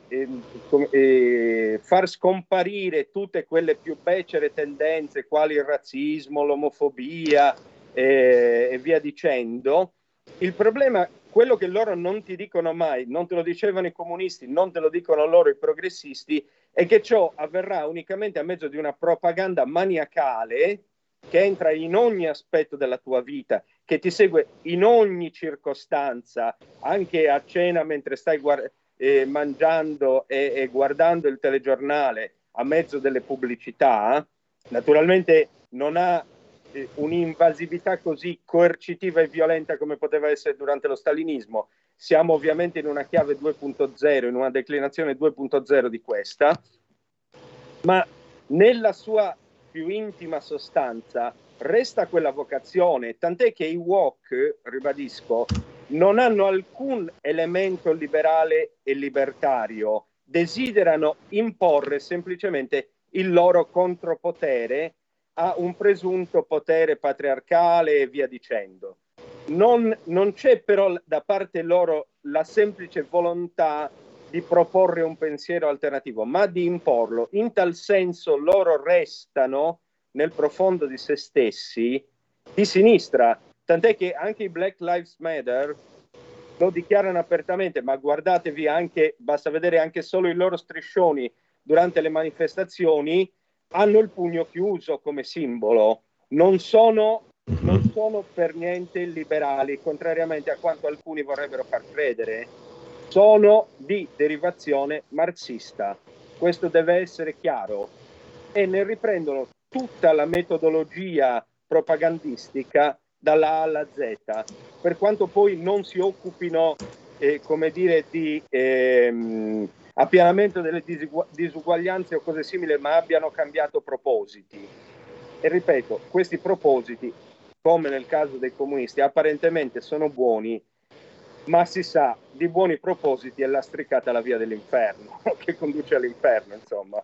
far scomparire tutte quelle più becere tendenze, quali il razzismo, l'omofobia e via dicendo. Il problema, quello che loro non ti dicono mai, non te lo dicevano i comunisti, non te lo dicono loro i progressisti, è che ciò avverrà unicamente a mezzo di una propaganda maniacale che entra in ogni aspetto della tua vita, che ti segue in ogni circostanza, anche a cena mentre stai mangiando e guardando il telegiornale a mezzo delle pubblicità. Naturalmente non ha un'invasività così coercitiva e violenta come poteva essere durante lo stalinismo. Siamo ovviamente in una chiave 2.0, in una declinazione 2.0 di questa, ma nella sua più intima sostanza resta quella vocazione, tant'è che i woke, ribadisco, non hanno alcun elemento liberale e libertario, desiderano imporre semplicemente il loro contropotere a un presunto potere patriarcale e via dicendo. Non c'è però da parte loro la semplice volontà di proporre un pensiero alternativo, ma di imporlo. In tal senso loro restano nel profondo di se stessi di sinistra, tant'è che anche i Black Lives Matter lo dichiarano apertamente, ma guardatevi anche, basta vedere anche solo i loro striscioni durante le manifestazioni, hanno il pugno chiuso come simbolo, non sono per niente liberali, contrariamente a quanto alcuni vorrebbero far credere, sono di derivazione marxista. Questo deve essere chiaro e ne riprendono tutta la metodologia propagandistica dalla A alla Z, per quanto poi non si occupino, come dire, di appianamento delle disuguaglianze o cose simili, ma abbiano cambiato propositi. E ripeto, questi propositi, come nel caso dei comunisti, apparentemente sono buoni, ma si sa, di buoni propositi è lastricata la via dell'inferno, che conduce all'inferno, insomma.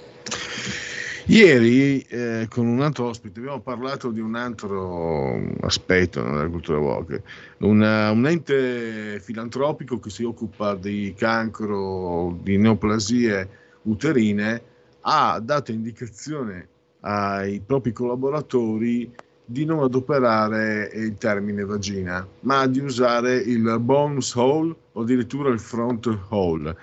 Ieri con un altro ospite abbiamo parlato di un altro aspetto della cultura woke, un ente filantropico che si occupa di cancro, di neoplasie uterine, ha dato indicazione ai propri collaboratori di non adoperare il termine vagina, ma di usare il bonus hole o addirittura il front hole.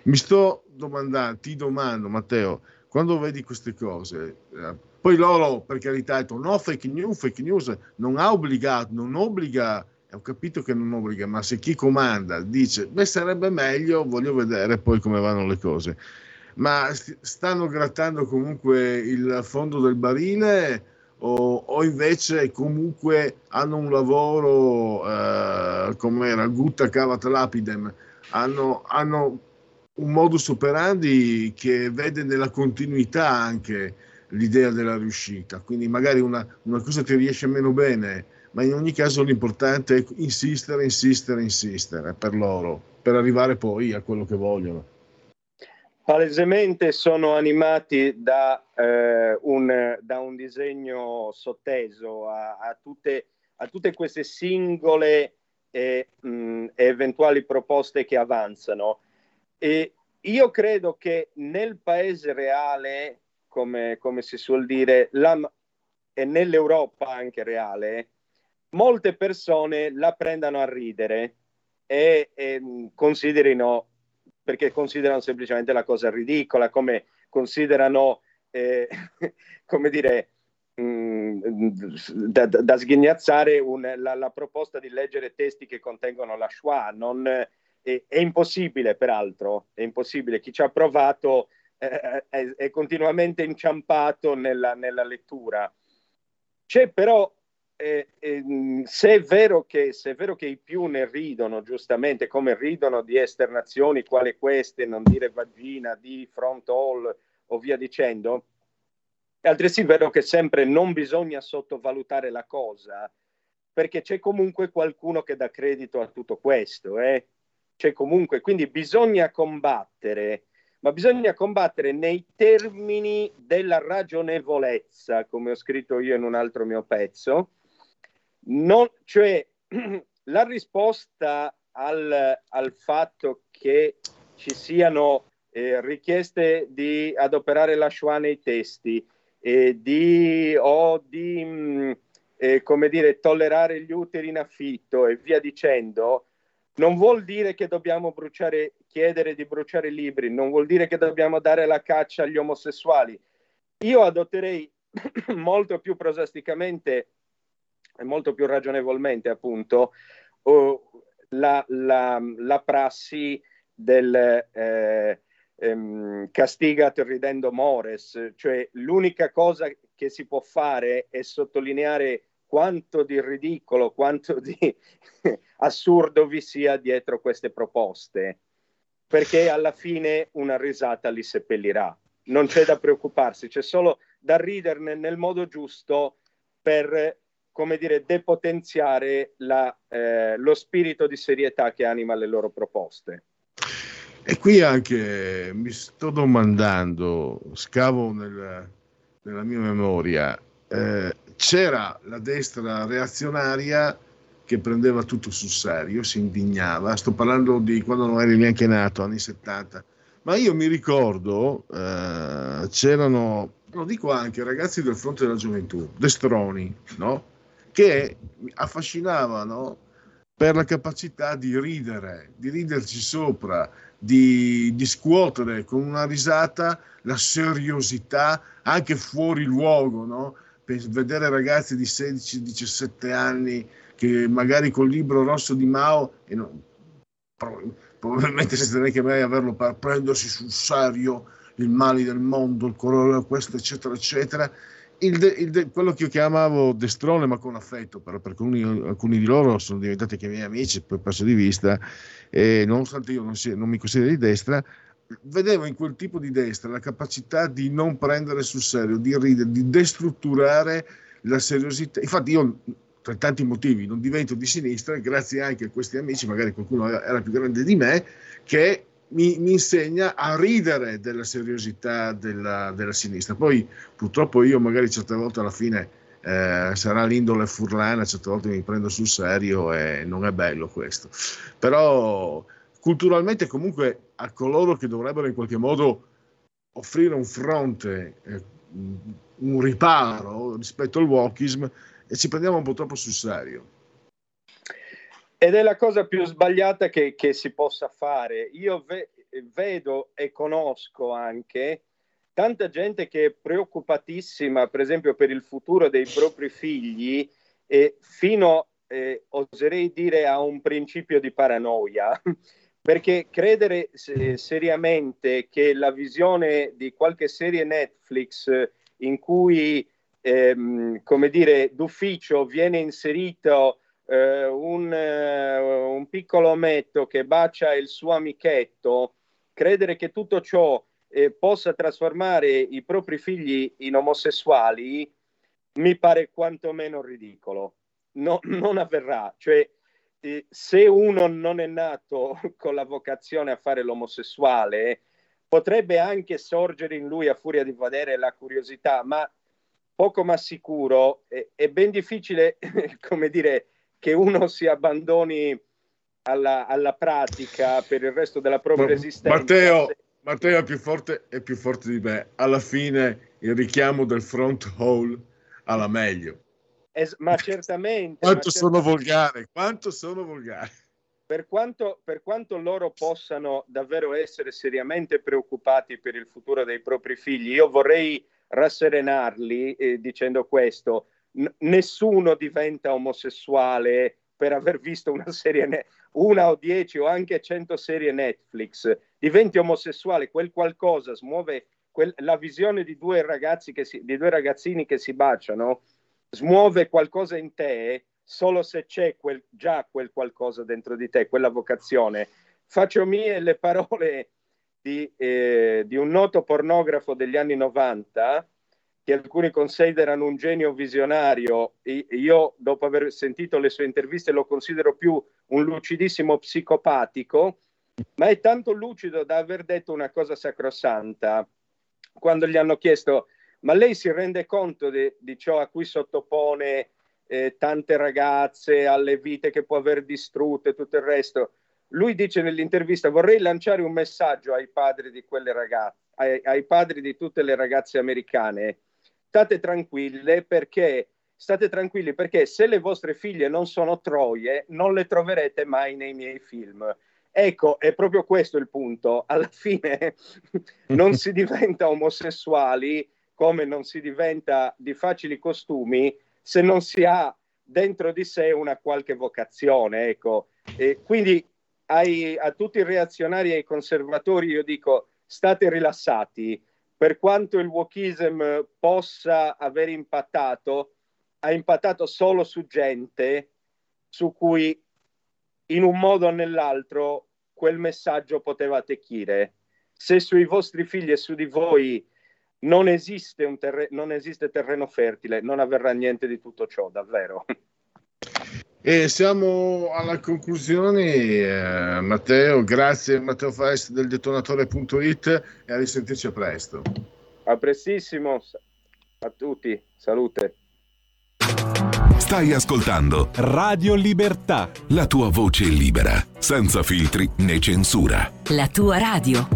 Ti domando, Matteo, quando vedi queste cose, poi loro, per carità, dicono no, fake news, non obbliga, ho capito che non obbliga, ma se chi comanda dice, beh, sarebbe meglio, voglio vedere poi come vanno le cose. Ma stanno grattando comunque il fondo del barile o invece comunque hanno un lavoro come era gutta cavat lapidem, hanno un modus operandi che vede nella continuità anche l'idea della riuscita, quindi magari una cosa ti riesce meno bene, ma in ogni caso l'importante è insistere per loro, per arrivare poi a quello che vogliono. Palesemente sono animati da un disegno sotteso a tutte queste singole e eventuali proposte che avanzano. E io credo che nel paese reale, come si suol dire, e nell'Europa anche reale, molte persone la prendano a ridere e considerino, perché considerano semplicemente la cosa ridicola, come considerano, come dire, da sghignazzare la proposta di leggere testi che contengono la Shoah. È impossibile, peraltro, è impossibile. Chi ci ha provato è continuamente inciampato nella lettura. C'è però se è vero che i più ne ridono, giustamente, come ridono di esternazioni quali queste, non dire vagina, di front hall o via dicendo, è altresì vero che sempre non bisogna sottovalutare la cosa, perché c'è comunque qualcuno che dà credito a tutto questo, C'è comunque, quindi bisogna combattere, ma bisogna combattere nei termini della ragionevolezza, come ho scritto io in un altro mio pezzo. Cioè, la risposta al fatto che ci siano richieste di adoperare la Shoah nei testi, come dire, tollerare gli uteri in affitto e via dicendo, non vuol dire che dobbiamo chiedere di bruciare libri, non vuol dire che dobbiamo dare la caccia agli omosessuali. Io adotterei molto più prosasticamente e molto più ragionevolmente, appunto, la prassi del castigat ridendo mores, cioè l'unica cosa che si può fare è sottolineare quanto di ridicolo, quanto di assurdo vi sia dietro queste proposte, perché alla fine una risata li seppellirà. Non c'è da preoccuparsi, c'è solo da riderne nel modo giusto per, come dire, depotenziare lo spirito di serietà che anima le loro proposte. E qui anche mi sto domandando, scavo nella mia memoria, c'era la destra reazionaria che prendeva tutto sul serio, si indignava, sto parlando di quando non eri neanche nato, anni 70, ma io mi ricordo c'erano, lo dico anche, ragazzi del Fronte della Gioventù, destroni, no? Che affascinavano per la capacità di ridere, di riderci sopra, di scuotere con una risata la seriosità anche fuori luogo, no? Per vedere ragazzi di 16-17 anni che magari col libro rosso di Mao, e no, probabilmente senza neanche mai averlo, per prendersi sul serio il male del mondo, il colore, questo eccetera eccetera, quello che io chiamavo destrone, ma con affetto, perché alcuni di loro sono diventati anche miei amici, poi perso di vista, e nonostante io non mi considero di destra, vedevo in quel tipo di destra la capacità di non prendere sul serio, di ridere, di destrutturare la seriosità. Infatti io, per tanti motivi, non divento di sinistra, grazie anche a questi amici, magari qualcuno era più grande di me, che mi insegna a ridere della seriosità della sinistra. Poi purtroppo io magari certe volte alla fine sarà l'indole furlana, certe volte mi prendo sul serio e non è bello questo. Però culturalmente comunque a coloro che dovrebbero in qualche modo offrire un fronte, un riparo rispetto al wokism, e ci prendiamo un po' troppo sul serio. Ed è la cosa più sbagliata che si possa fare. Io vedo e conosco anche tanta gente che è preoccupatissima, per esempio, per il futuro dei propri figli, fino, oserei dire, a un principio di paranoia. Perché credere seriamente che la visione di qualche serie Netflix in cui, come dire, d'ufficio viene inserito un piccolo ometto che bacia il suo amichetto, credere che tutto ciò possa trasformare i propri figli in omosessuali mi pare quantomeno ridicolo. Non avverrà. Cioè, se uno non è nato con la vocazione a fare l'omosessuale, potrebbe anche sorgere in lui, a furia di vedere, la curiosità, ma poco ma sicuro è ben difficile, come dire, che uno si abbandoni alla pratica per il resto della propria esistenza. Matteo è più forte di me. Alla fine il richiamo del front hall alla meglio. Ma certamente. Quanto sono volgare. Per quanto loro possano davvero essere seriamente preoccupati per il futuro dei propri figli, io vorrei rasserenarli dicendo questo: nessuno diventa omosessuale per aver visto una o 10 o anche 100 serie Netflix. Diventi omosessuale, quel qualcosa smuove la visione di due ragazzini che si baciano, smuove qualcosa in te solo se c'è già quel qualcosa dentro di te, quella vocazione. Faccio mie le parole di un noto pornografo degli anni 90, che alcuni considerano un genio visionario. Io, dopo aver sentito le sue interviste, lo considero più un lucidissimo psicopatico, ma è tanto lucido da aver detto una cosa sacrosanta. Quando gli hanno chiesto: ma lei si rende conto di ciò a cui sottopone tante ragazze, alle vite che può aver distrutte e tutto il resto? Lui dice nell'intervista: vorrei lanciare un messaggio ai padri di quelle ragazze, ai padri di tutte le ragazze americane. State tranquilli perché se le vostre figlie non sono troie, non le troverete mai nei miei film. Ecco, è proprio questo il punto. Alla fine non si diventa omosessuali, come non si diventa di facili costumi, se non si ha dentro di sé una qualche vocazione. Ecco. E quindi a tutti i reazionari e ai conservatori io dico: state rilassati. Per quanto il wokism possa aver impattato, ha impattato solo su gente su cui in un modo o nell'altro quel messaggio poteva attecchire. Se sui vostri figli e su di voi non esiste terreno fertile, non avverrà niente di tutto ciò, davvero. E siamo alla conclusione, Matteo. Grazie, Matteo Faes del detonatore.it, e a risentirci a presto. A prestissimo a tutti, salute. Stai ascoltando Radio Libertà, la tua voce libera, senza filtri né censura. La tua radio.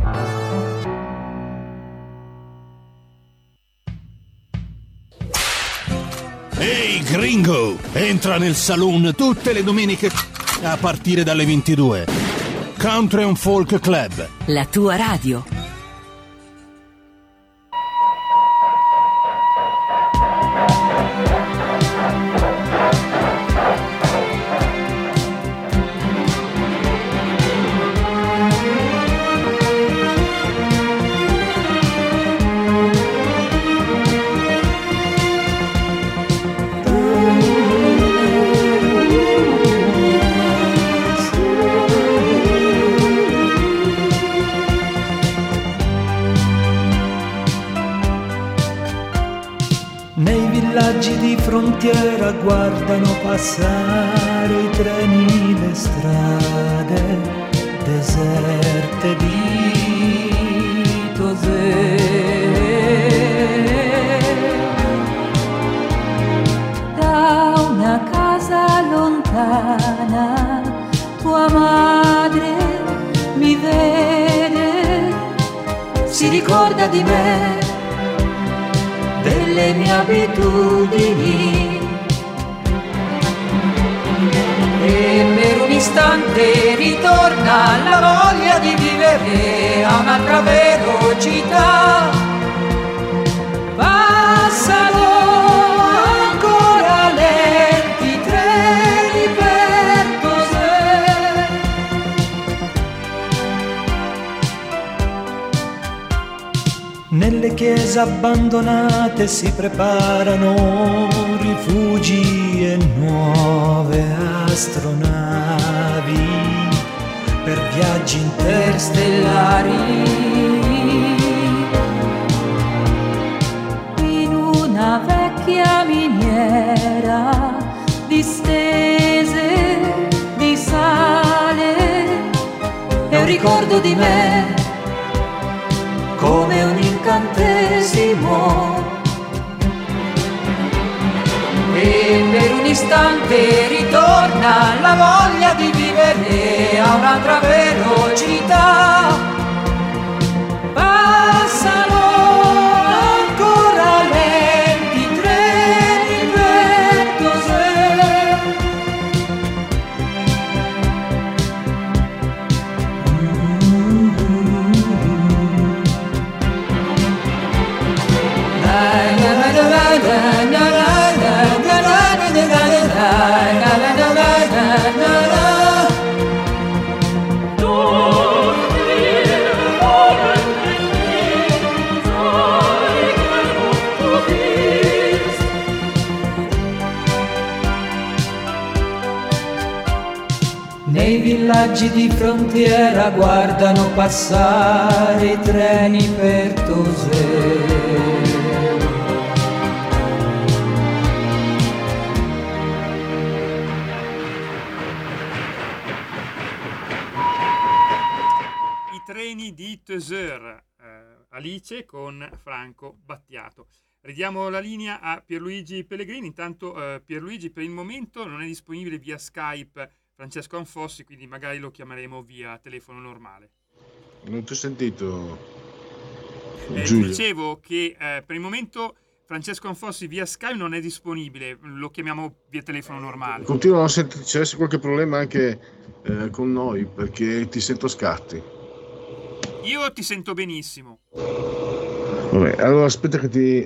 Ehi gringo, entra nel saloon tutte le domeniche a partire dalle 22. Country and Folk Club. La tua radio. Frontiera guardano passare i treni, le strade deserte di Tosè. Da una casa lontana tua madre mi vede, si ricorda di me, delle mie abitudini, e per un istante ritorna la voglia di vivere a un'altra velocità. Passano ancora lenti treni per Tosè. Nelle chiese abbandonate si preparano rifugi e nuove astronavi per viaggi interstellari. In una vecchia miniera distese di sale è un ricordo di me, come un incantesimo, e per un istante ritorna la voglia di vivere a un'altra velocità. Passano ancora lenti treni per Tosè. Dormi Nei villaggi di frontiera guardano passare i treni per Tosè. Treni di Teseur, Alice con Franco Battiato. Ridiamo la linea a Pierluigi Pellegrini. Intanto Pierluigi per il momento non è disponibile via Skype Francesco Anfossi, quindi magari lo chiameremo via telefono normale. Non ti ho sentito, Giulio. Dicevo che per il momento Francesco Anfossi via Skype non è disponibile, lo chiamiamo via telefono normale. Continuano a sentire, c'è qualche problema anche con noi, perché ti sento scatti. Io ti sento benissimo. Vabbè, allora aspetta che ti...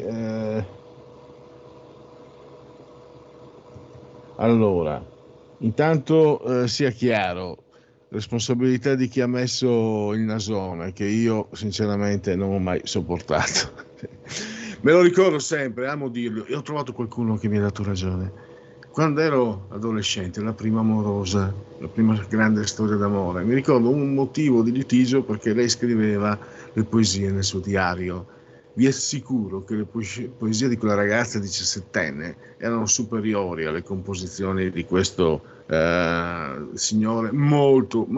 Allora, intanto sia chiaro, responsabilità di chi ha messo il nasone, che io sinceramente non ho mai sopportato. Me lo ricordo sempre, amo dirlo, e ho trovato qualcuno che mi ha dato ragione. Quando ero adolescente, la prima amorosa, la prima grande storia d'amore, mi ricordo un motivo di litigio perché lei scriveva le poesie nel suo diario. Vi assicuro che le poesie di quella ragazza 17enne erano superiori alle composizioni di questo signore molto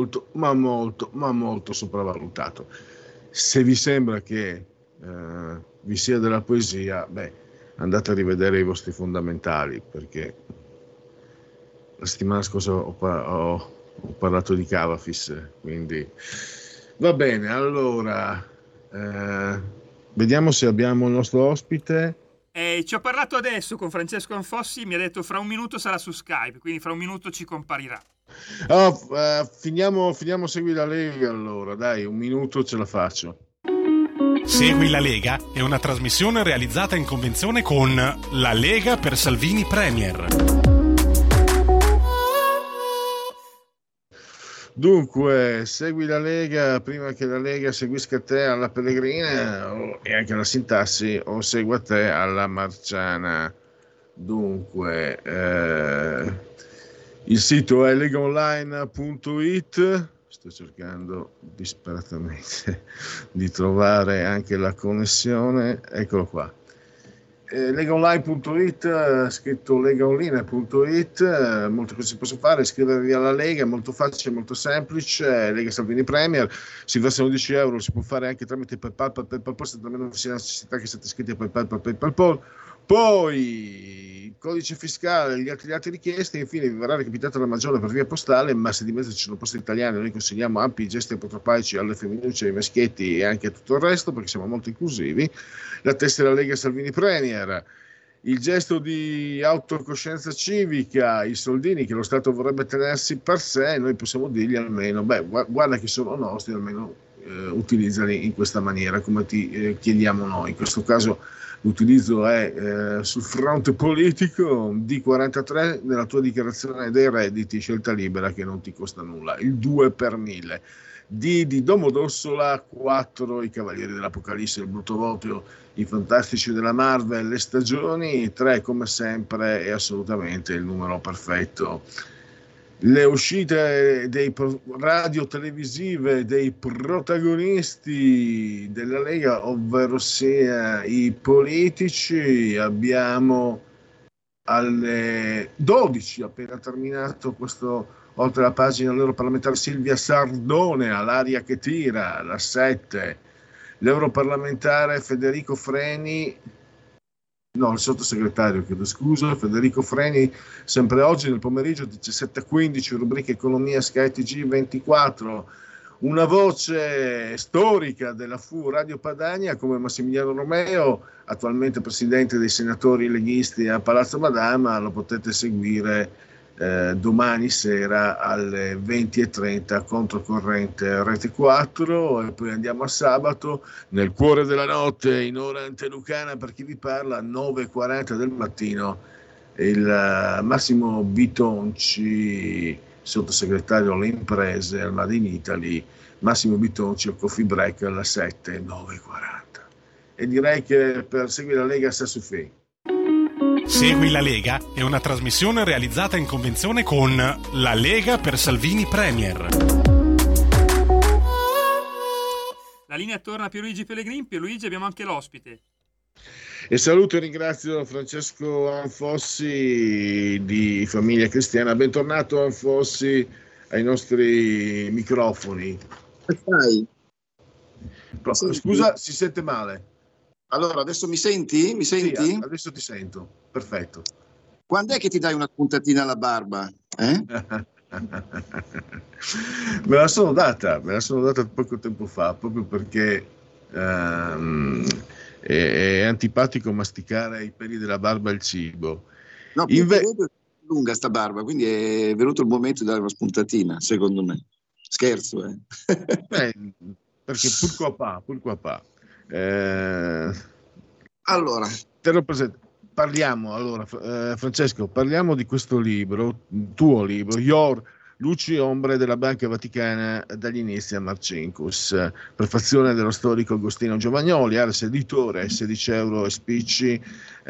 sopravvalutato. Se vi sembra che vi sia della poesia, andate a rivedere i vostri fondamentali, perché la settimana scorsa ho parlato di Cavafis, quindi va bene. Allora vediamo se abbiamo il nostro ospite. Ci ho parlato adesso con Francesco Anfossi, mi ha detto fra un minuto sarà su Skype, quindi fra un minuto ci comparirà. Finiamo Segui la Lega, allora dai, un minuto ce la faccio. Segui la Lega è una trasmissione realizzata in convenzione con La Lega per Salvini Premier. Dunque, segui la Lega prima che la Lega seguisca te alla Pellegrina, e anche alla Sintassi, o segua te alla Marciana. Dunque, il sito è legaonline.it. Sto cercando disperatamente di trovare anche la connessione, eccolo qua. Legaonline.it, scritto legaonline.it, molte cose si possono fare, iscrivervi alla Lega, è molto facile, molto semplice. Lega Salvini Premier, si versano 10 euro, si può fare anche tramite PayPal, se almeno non sia necessità che siate iscritti a PayPal. Poi codice fiscale, gli altri richiesti, infine vi verrà recapitata la maggiore per via postale, ma se di mezzo ci sono posti italiani noi consigliamo ampi gesti apotropaici alle femminucce, ai maschietti e anche a tutto il resto, perché siamo molto inclusivi. La tessera Lega Salvini Premier, il gesto di autocoscienza civica, i soldini che lo Stato vorrebbe tenersi per sé, noi possiamo dirgli almeno, guarda che sono nostri, almeno utilizzali in questa maniera, come ti chiediamo noi. In questo caso l'utilizzo è sul fronte politico. D43 nella tua dichiarazione dei redditi, scelta libera che non ti costa nulla, il 2 per 1000. D di Domodossola, 4 i Cavalieri dell'Apocalisse, il brutto voto, i fantastici della Marvel, le stagioni, 3 come sempre è assolutamente il numero perfetto. Le uscite dei radio televisive dei protagonisti della Lega, ovvero sia i politici, abbiamo alle 12 appena terminato questo, oltre alla pagina dell'europarlamentare Silvia Sardone all'aria che tira, alla 7 l'europarlamentare Federico Freni, no, il sottosegretario, chiedo scusa, Federico Freni, sempre oggi nel pomeriggio 17:15, rubrica Economia Sky TG24, una voce storica della FU Radio Padania come Massimiliano Romeo, attualmente presidente dei senatori leghisti a Palazzo Madama. Lo potete seguire domani sera alle 20:30 controcorrente Rete 4, e poi andiamo a sabato nel cuore della notte in ora antelucana per chi vi parla, 9:40 del mattino, il Massimo Bitonci, sottosegretario alle imprese al Made in Italy, Massimo Bitonci al Coffee Break alla 7, 9:40. E direi che per seguire la Lega sta su Fei. Segui la Lega è una trasmissione realizzata in convenzione con La Lega per Salvini Premier. La linea torna a Pierluigi Pellegrini. Pierluigi, abbiamo anche l'ospite. E saluto e ringrazio Francesco Anfossi di Famiglia Cristiana. Bentornato Anfossi ai nostri microfoni. Fai? Scusa, si sente male. Allora, adesso mi senti? Mi senti? Sì, adesso ti sento, perfetto. Quando è che ti dai una puntatina alla barba? Me la sono data poco tempo fa, proprio perché è antipatico masticare i peli della barba e il cibo. No, è lunga sta barba, quindi è venuto il momento di dare una spuntatina, secondo me. Scherzo, perché pur qua pa. Allora, te lo presento. Parliamo, Francesco, parliamo di questo libro, tuo libro, Luci e ombre della Banca Vaticana dagli inizi a Marcinkus, prefazione dello storico Agostino Giovagnoli, Ars Editore, 16 euro e spicci,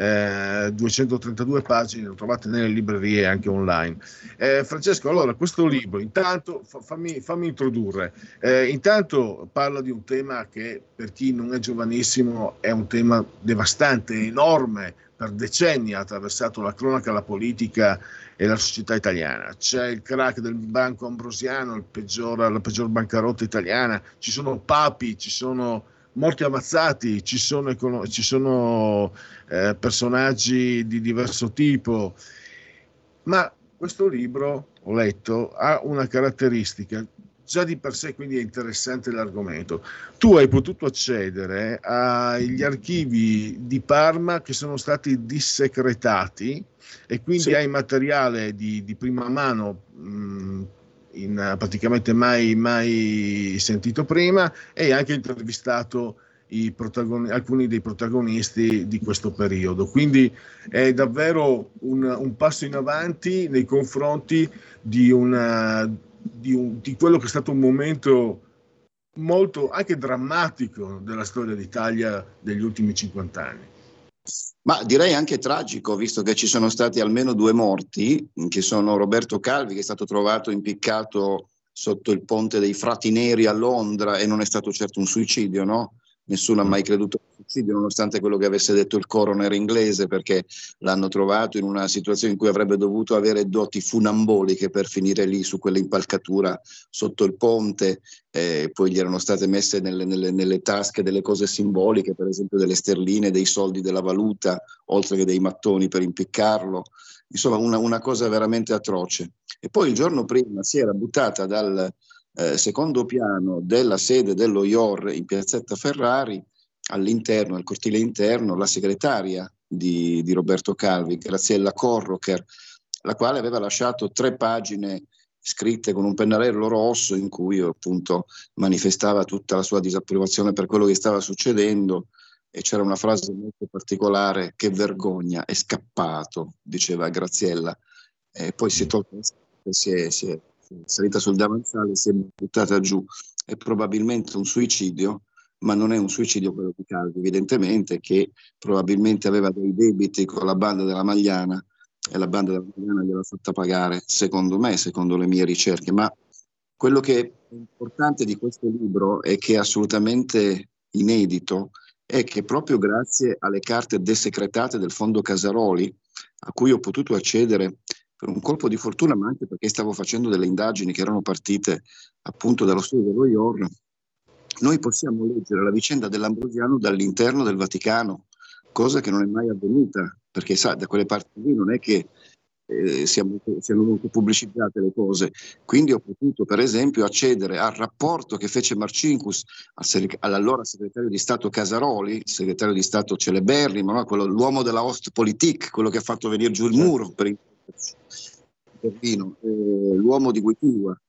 232 pagine, lo trovate nelle librerie anche online. Francesco, allora, questo libro, intanto fammi introdurre, intanto parla di un tema che per chi non è giovanissimo è un tema devastante, enorme, per decenni ha attraversato la cronaca, la politica e la società italiana. C'è il crack del Banco Ambrosiano, la peggior bancarotta italiana, ci sono papi, ci sono morti ammazzati, ci sono personaggi di diverso tipo, ma questo libro, ho letto, ha una caratteristica. Già di per sé quindi è interessante l'argomento. Tu hai potuto accedere agli archivi di Parma che sono stati dissecretati e quindi hai materiale di prima mano, praticamente mai sentito prima, e hai anche intervistato alcuni dei protagonisti di questo periodo. Quindi è davvero un passo in avanti nei confronti di quello che è stato un momento molto anche drammatico della storia d'Italia degli ultimi 50 anni. Ma direi anche tragico, visto che ci sono stati almeno 2 morti, che sono Roberto Calvi, che è stato trovato impiccato sotto il ponte dei Frati Neri a Londra, e non è stato certo un suicidio, no? Nessuno ha mai creduto al suicidio, nonostante quello che avesse detto il coroner inglese, perché l'hanno trovato in una situazione in cui avrebbe dovuto avere doti funamboliche per finire lì su quell'impalcatura sotto il ponte. Poi gli erano state messe nelle tasche delle cose simboliche, per esempio delle sterline, dei soldi della valuta, oltre che dei mattoni per impiccarlo. Insomma, una cosa veramente atroce. E poi il giorno prima si era buttata dal secondo piano della sede dello IOR in piazzetta Ferrari, all'interno, al cortile interno, la segretaria di Roberto Calvi, Graziella Corrocher, la quale aveva lasciato 3 pagine scritte con un pennarello rosso in cui appunto manifestava tutta la sua disapprovazione per quello che stava succedendo, e c'era una frase molto particolare: che vergogna, è scappato, diceva Graziella, e poi si è tolta, si è salita sul davanzale, si è buttata giù. È probabilmente un suicidio, ma non è un suicidio quello di Calvi, evidentemente, che probabilmente aveva dei debiti con la banda della Magliana, e la banda della Magliana gliel'ha fatta pagare, secondo me, secondo le mie ricerche. Ma quello che è importante di questo libro, e che è assolutamente inedito, è che proprio grazie alle carte desecretate del Fondo Casaroli, a cui ho potuto accedere per un colpo di fortuna, ma anche perché stavo facendo delle indagini che erano partite appunto dallo studio dello IOR, noi possiamo leggere la vicenda dell'Ambrosiano dall'interno del Vaticano, cosa che non è mai avvenuta, perché sa, da quelle parti lì non è che siano molto pubblicizzate le cose. Quindi ho potuto per esempio accedere al rapporto che fece Marcinkus all'allora segretario di Stato Casaroli, il segretario di Stato celeberrimo, no? L'uomo della Ostpolitik, quello che ha fatto venire giù il muro per Berlino, l'uomo di Wojtyła.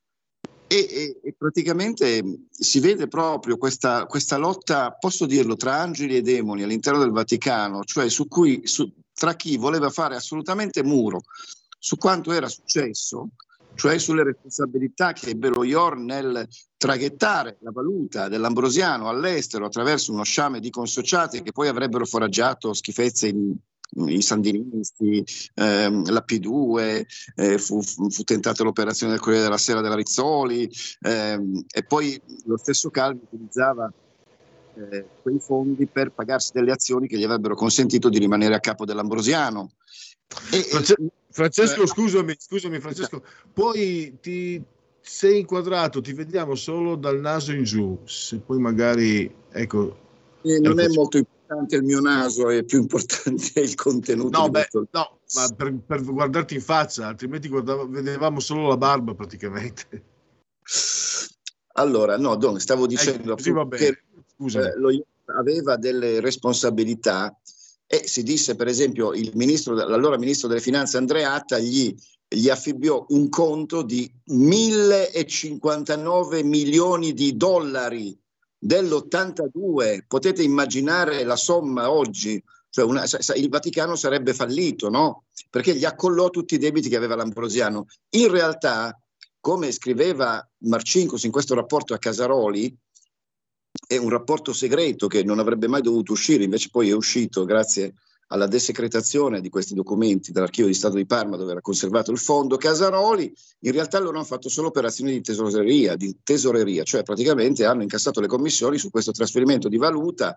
E praticamente si vede proprio questa lotta, posso dirlo, tra angeli e demoni all'interno del Vaticano, cioè tra chi voleva fare assolutamente muro su quanto era successo, cioè sulle responsabilità che ebbe lo IOR nel traghettare la valuta dell'Ambrosiano all'estero attraverso uno sciame di consociati che poi avrebbero foraggiato schifezze i sandinisti, la P2, fu tentata l'operazione del Corriere della Sera della Rizzoli, e poi lo stesso Calvi utilizzava quei fondi per pagarsi delle azioni che gli avrebbero consentito di rimanere a capo dell'Ambrosiano. Francesco, scusami Francesco, poi ti sei inquadrato, ti vediamo solo dal naso in giù, se poi magari non è molto importante il mio naso, è più importante il contenuto. No, ma per guardarti in faccia, altrimenti vedevamo solo la barba praticamente. Allora, no, Don, stavo dicendo che lo aveva delle responsabilità, e si disse, per esempio, l'allora ministro delle finanze Andreatta gli affibbiò un conto di 1.059 milioni di dollari dell'82. Potete immaginare la somma oggi, cioè il Vaticano sarebbe fallito, no? Perché gli accollò tutti i debiti che aveva l'Ambrosiano. In realtà, come scriveva Marcinkus in questo rapporto a Casaroli, è un rapporto segreto che non avrebbe mai dovuto uscire, invece poi è uscito grazie alla desecretazione di questi documenti dall'Archivio di Stato di Parma, dove era conservato il fondo Casaroli. In realtà loro hanno fatto solo operazioni di tesoreria, cioè praticamente hanno incassato le commissioni su questo trasferimento di valuta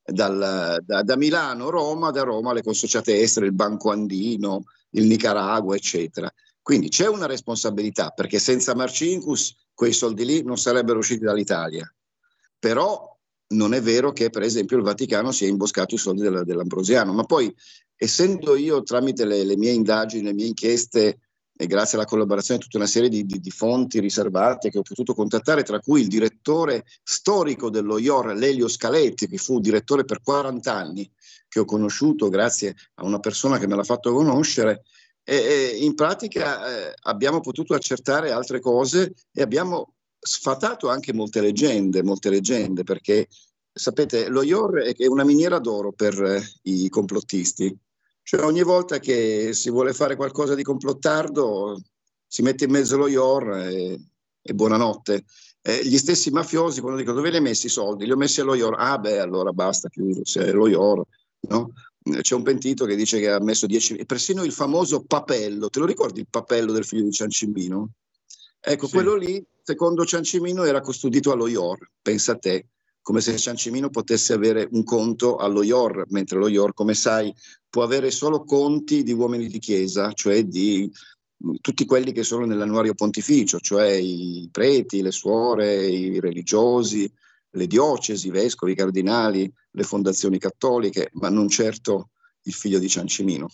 da Milano a Roma, da Roma alle consociate estere, il Banco Andino, il Nicaragua, eccetera. Quindi c'è una responsabilità, perché senza Marcinkus quei soldi lì non sarebbero usciti dall'Italia. Però non è vero che, per esempio, il Vaticano sia imboscato i soldi dell'Ambrosiano. Ma poi, essendo io, tramite le mie indagini, le mie inchieste, e grazie alla collaborazione di tutta una serie di fonti riservate che ho potuto contattare, tra cui il direttore storico dello IOR, Lelio Scaletti, che fu direttore per 40 anni, che ho conosciuto grazie a una persona che me l'ha fatto conoscere, e in pratica abbiamo potuto accertare altre cose e abbiamo sfatato anche molte leggende, perché sapete, lo IOR è una miniera d'oro per i complottisti. Cioè ogni volta che si vuole fare qualcosa di complottardo si mette in mezzo lo IOR e buonanotte. Gli stessi mafiosi, quando dicono dove li hai messi i soldi, li ho messi allo IOR. Ah beh, allora basta, chiudo, se è lo IOR, no? C'è un pentito che dice che ha messo 10, e persino il famoso Papello, te lo ricordi il Papello del figlio di Ciancimino? Ecco, sì. Quello lì, secondo Ciancimino, era custodito allo IOR, pensa a te, come se Ciancimino potesse avere un conto allo IOR, mentre lo IOR, come sai, può avere solo conti di uomini di chiesa, cioè di tutti quelli che sono nell'annuario pontificio, cioè i preti, le suore, i religiosi, le diocesi, i vescovi, i cardinali, le fondazioni cattoliche, ma non certo il figlio di Ciancimino.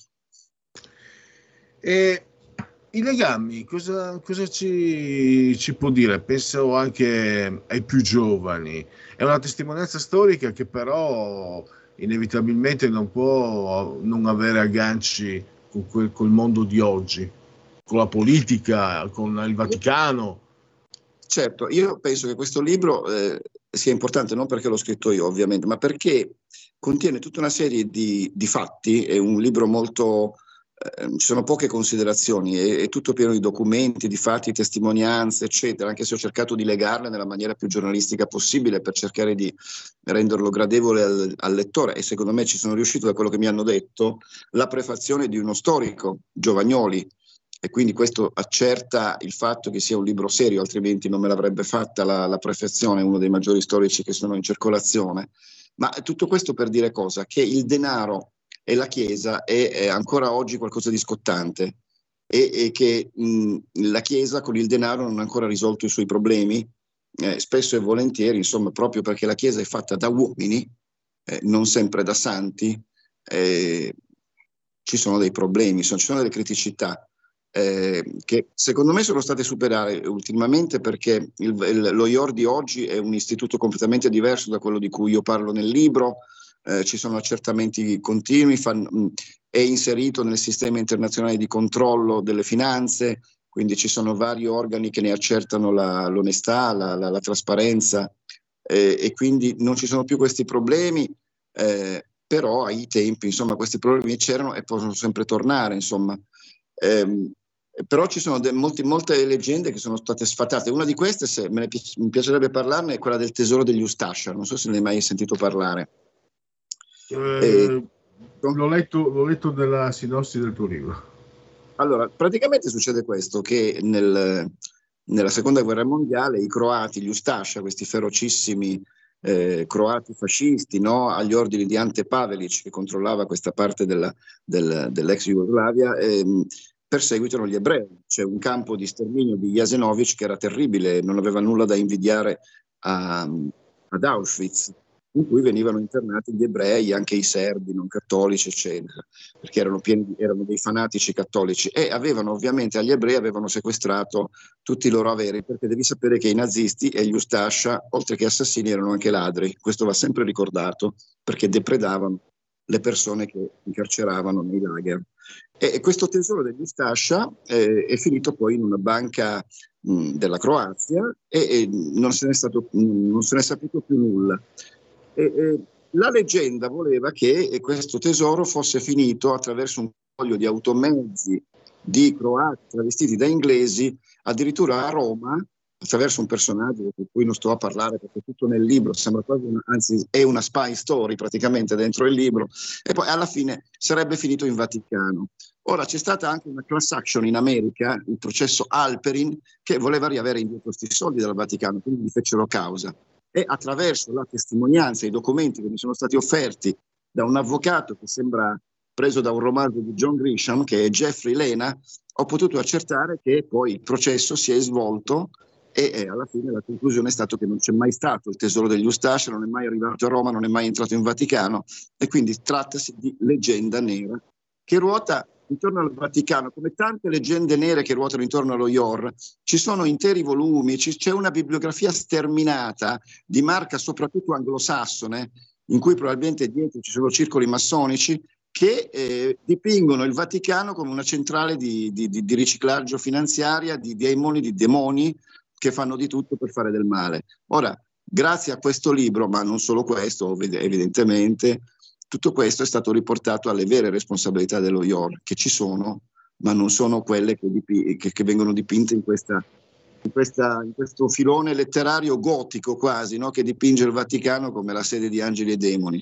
E i legami, cosa ci può dire? Penso anche ai più giovani. È una testimonianza storica che però inevitabilmente non può non avere agganci con col mondo di oggi, con la politica, con il Vaticano. Certo, io penso che questo libro sia importante non perché l'ho scritto io, ovviamente, ma perché contiene tutta una serie di fatti. È un libro molto... ci sono poche considerazioni, è tutto pieno di documenti, di fatti, testimonianze, eccetera, anche se ho cercato di legarle nella maniera più giornalistica possibile per cercare di renderlo gradevole al lettore, e secondo me ci sono riuscito, da quello che mi hanno detto, la prefazione di uno storico, Giovagnoli, e quindi questo accerta il fatto che sia un libro serio, altrimenti non me l'avrebbe fatta la prefazione, uno dei maggiori storici che sono in circolazione. Ma tutto questo per dire cosa? Che il denaro e la Chiesa è ancora oggi qualcosa di scottante, e che la Chiesa con il denaro non ha ancora risolto i suoi problemi, spesso e volentieri, insomma, proprio perché la Chiesa è fatta da uomini, non sempre da santi, ci sono dei problemi, ci sono delle criticità che secondo me sono state superate ultimamente, perché lo IOR di oggi è un istituto completamente diverso da quello di cui io parlo nel libro. Ci sono accertamenti continui, è inserito nel sistema internazionale di controllo delle finanze, quindi ci sono vari organi che ne accertano l'onestà, la trasparenza, e quindi non ci sono più questi problemi, però ai tempi, insomma, questi problemi c'erano e possono sempre tornare, insomma. Però ci sono molte leggende che sono state sfatate. Una di queste, se mi piacerebbe parlarne, è quella del tesoro degli Ustascia. Non so se ne hai mai sentito parlare. L'ho letto nella sinossi del tuo libro. Allora, praticamente succede questo, che nella seconda guerra mondiale i croati, gli Ustascia, questi ferocissimi croati fascisti, no, agli ordini di Ante Pavelic, che controllava questa parte dell'ex Jugoslavia, perseguitano gli ebrei. C'è un campo di sterminio di Jasenovic che era terribile, non aveva nulla da invidiare ad Auschwitz, in cui venivano internati gli ebrei, anche i serbi non cattolici, eccetera, perché erano dei fanatici cattolici, e ovviamente agli ebrei avevano sequestrato tutti i loro averi, perché devi sapere che i nazisti e gli Ustascia, oltre che assassini, erano anche ladri. Questo va sempre ricordato, perché depredavano le persone che incarceravano nei lager. E questo tesoro degli Ustascia è finito poi in una banca della Croazia e non se ne è saputo più nulla. La leggenda voleva che questo tesoro fosse finito attraverso un convoglio di automezzi di croati travestiti da inglesi, addirittura a Roma, attraverso un personaggio di cui non sto a parlare perché è tutto nel libro, sembra quasi anzi è una spy story praticamente dentro il libro, e poi alla fine sarebbe finito in Vaticano. Ora c'è stata anche una class action in America, il processo Halperin, che voleva riavere indietro questi soldi dal Vaticano, quindi gli fecero causa. E attraverso la testimonianza e i documenti che mi sono stati offerti da un avvocato che sembra preso da un romanzo di John Grisham, che è Jeffrey Lena, ho potuto accertare che poi il processo si è svolto e alla fine la conclusione è stata che non c'è mai stato il tesoro degli Ustascia, non è mai arrivato a Roma, non è mai entrato in Vaticano, e quindi trattasi di leggenda nera che ruota intorno al Vaticano, come tante leggende nere che ruotano intorno allo IOR. Ci sono interi volumi, c'è una bibliografia sterminata di marca soprattutto anglosassone, in cui probabilmente dietro ci sono circoli massonici che dipingono il Vaticano come una centrale di riciclaggio finanziaria, di demoni, di demoni che fanno di tutto per fare del male. Ora, grazie a questo libro, ma non solo questo, evidentemente, tutto questo è stato riportato alle vere responsabilità dello IOR, che ci sono, ma non sono quelle che vengono dipinte in questo filone letterario gotico quasi, no? Che dipinge il Vaticano come la sede di angeli e demoni.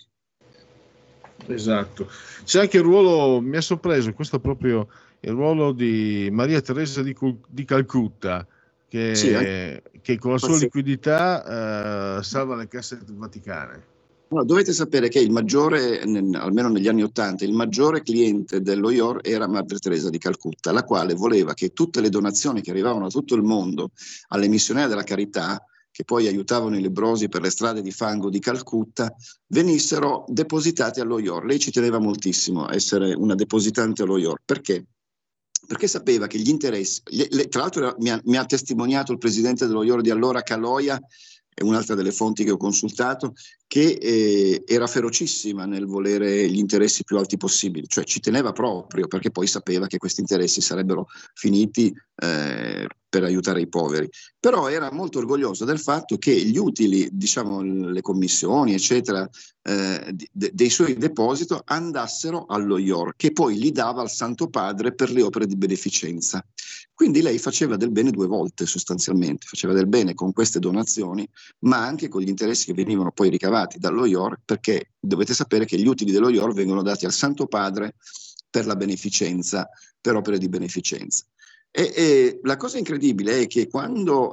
Esatto. C'è anche il ruolo, mi ha sorpreso, questo proprio il ruolo di Maria Teresa di Calcutta, che con la sua liquidità salva le casse vaticane. No, dovete sapere che il maggiore, almeno negli anni '80, il maggiore cliente dello IOR era Madre Teresa di Calcutta, la quale voleva che tutte le donazioni che arrivavano da tutto il mondo alle missionari della carità, che poi aiutavano i lebbrosi per le strade di fango di Calcutta, venissero depositate allo IOR. Lei ci teneva moltissimo a essere una depositante allo IOR. Perché? Perché sapeva che gli interessi, tra l'altro mi ha testimoniato il presidente dello IOR di allora, Caloia, è un'altra delle fonti che ho consultato, che era ferocissima nel volere gli interessi più alti possibili, cioè ci teneva proprio, perché poi sapeva che questi interessi sarebbero finiti per aiutare i poveri. Però era molto orgoglioso del fatto che gli utili, diciamo le commissioni, eccetera, dei suoi depositi andassero allo IOR, che poi li dava al Santo Padre per le opere di beneficenza. Quindi lei faceva del bene due volte sostanzialmente, faceva del bene con queste donazioni, ma anche con gli interessi che venivano poi ricavati dallo IOR, perché dovete sapere che gli utili dello IOR vengono dati al Santo Padre per la beneficenza, per opere di beneficenza. E la cosa incredibile è che quando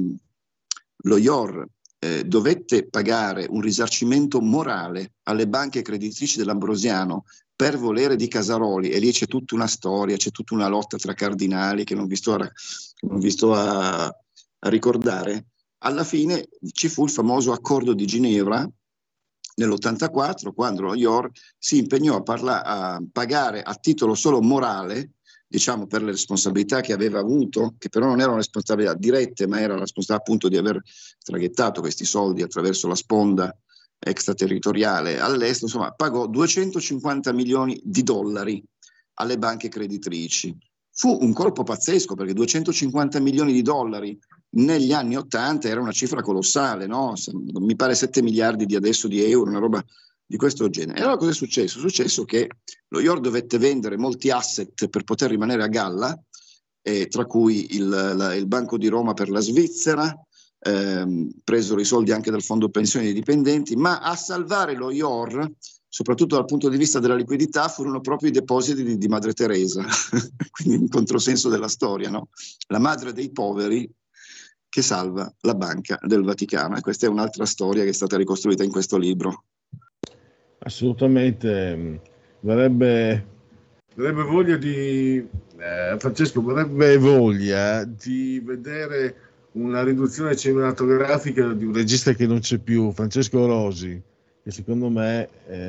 lo IOR dovette pagare un risarcimento morale alle banche creditrici dell'Ambrosiano per volere di Casaroli, e lì c'è tutta una storia, c'è tutta una lotta tra cardinali che non vi sto a ricordare, alla fine ci fu il famoso accordo di Ginevra nell'84, quando lo IOR si impegnò a pagare a titolo solo morale, diciamo per le responsabilità che aveva avuto, che però non erano responsabilità dirette, ma era la responsabilità appunto di aver traghettato questi soldi attraverso la sponda extraterritoriale all'estero, insomma pagò $250 milioni alle banche creditrici. Fu un colpo pazzesco, perché $250 milioni negli anni '80 era una cifra colossale, no? Mi pare 7 miliardi di adesso di euro, una roba di questo genere. E allora cosa è successo? È successo che lo IOR dovette vendere molti asset per poter rimanere a galla, tra cui il Banco di Roma per la Svizzera, presero i soldi anche dal fondo pensioni dei dipendenti, ma a salvare lo IOR soprattutto dal punto di vista della liquidità, furono proprio i depositi di Madre Teresa, quindi in controsenso della storia, no? La madre dei poveri che salva la Banca del Vaticano, e questa è un'altra storia che è stata ricostruita in questo libro. Assolutamente, verrebbe voglia di Francesco, verrebbe voglia di vedere una riduzione cinematografica di un regista che non c'è più, Francesco Rosi, che secondo me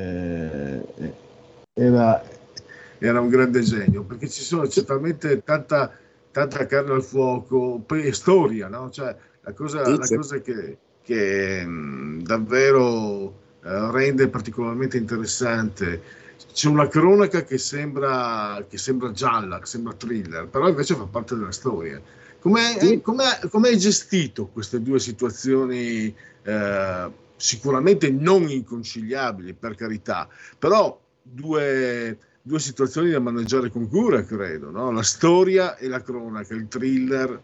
era un grande genio, perché c'è talmente tanta carne al fuoco, poi è storia, no? Cioè, la cosa che davvero rende particolarmente interessante. C'è una cronaca che sembra gialla, che sembra thriller, però invece fa parte della storia. Come hai gestito queste due situazioni sicuramente non inconciliabili, per carità, però due situazioni da maneggiare con cura, credo, no? La storia e la cronaca, il thriller,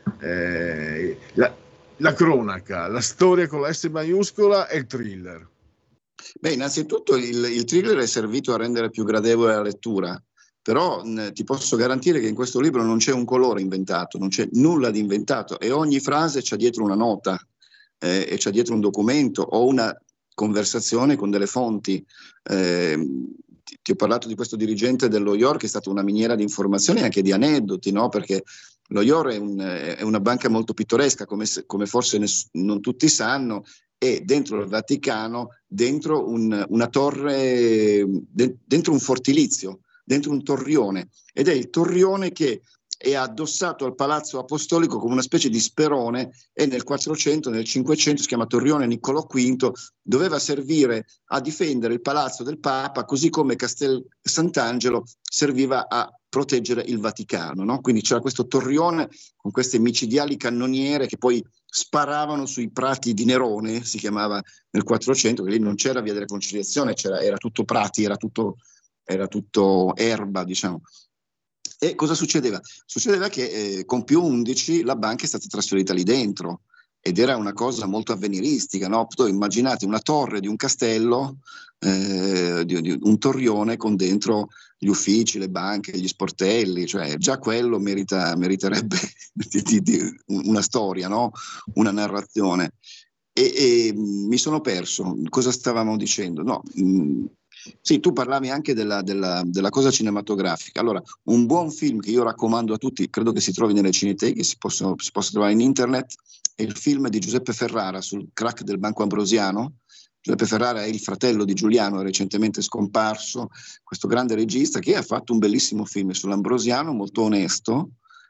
la cronaca, la storia con la S maiuscola e il thriller. Beh, innanzitutto il thriller è servito a rendere più gradevole la lettura, però ti posso garantire che in questo libro non c'è un colore inventato, non c'è nulla di inventato, e ogni frase c'ha dietro una nota, e c'ha dietro un documento o una conversazione con delle fonti. Ti ho parlato di questo dirigente dello IOR, che è stata una miniera di informazioni e anche di aneddoti, no? Perché lo IOR è una banca molto pittoresca, come forse non tutti sanno, e dentro il Vaticano, dentro una torre, dentro un fortilizio, dentro un torrione, ed è il torrione che è addossato al Palazzo Apostolico come una specie di sperone, e nel 400, nel 500 si chiama Torrione Niccolò V, doveva servire a difendere il palazzo del Papa, così come Castel Sant'Angelo serviva a proteggere il Vaticano, no? Quindi c'era questo torrione con queste micidiali cannoniere che poi sparavano sui prati di Nerone, si chiamava nel 400, che lì non c'era via della Conciliazione, era tutto prati, era tutto erba, diciamo. E cosa succedeva? Succedeva che con più 11 la banca è stata trasferita lì dentro, ed era una cosa molto avveniristica, no? Immaginate una torre di un castello, di un torrione con dentro gli uffici, le banche, gli sportelli, cioè già quello meriterebbe una storia, no? Una narrazione. E mi sono perso, cosa stavamo dicendo? No, sì, tu parlavi anche della cosa cinematografica. Allora, un buon film che io raccomando a tutti, credo che si trovi nelle cineteche, si possa trovare in internet, è il film di Giuseppe Ferrara sul crack del Banco Ambrosiano. Giuseppe Ferrara è il fratello di Giuliano, recentemente scomparso, questo grande regista che ha fatto un bellissimo film sull'Ambrosiano, molto onesto,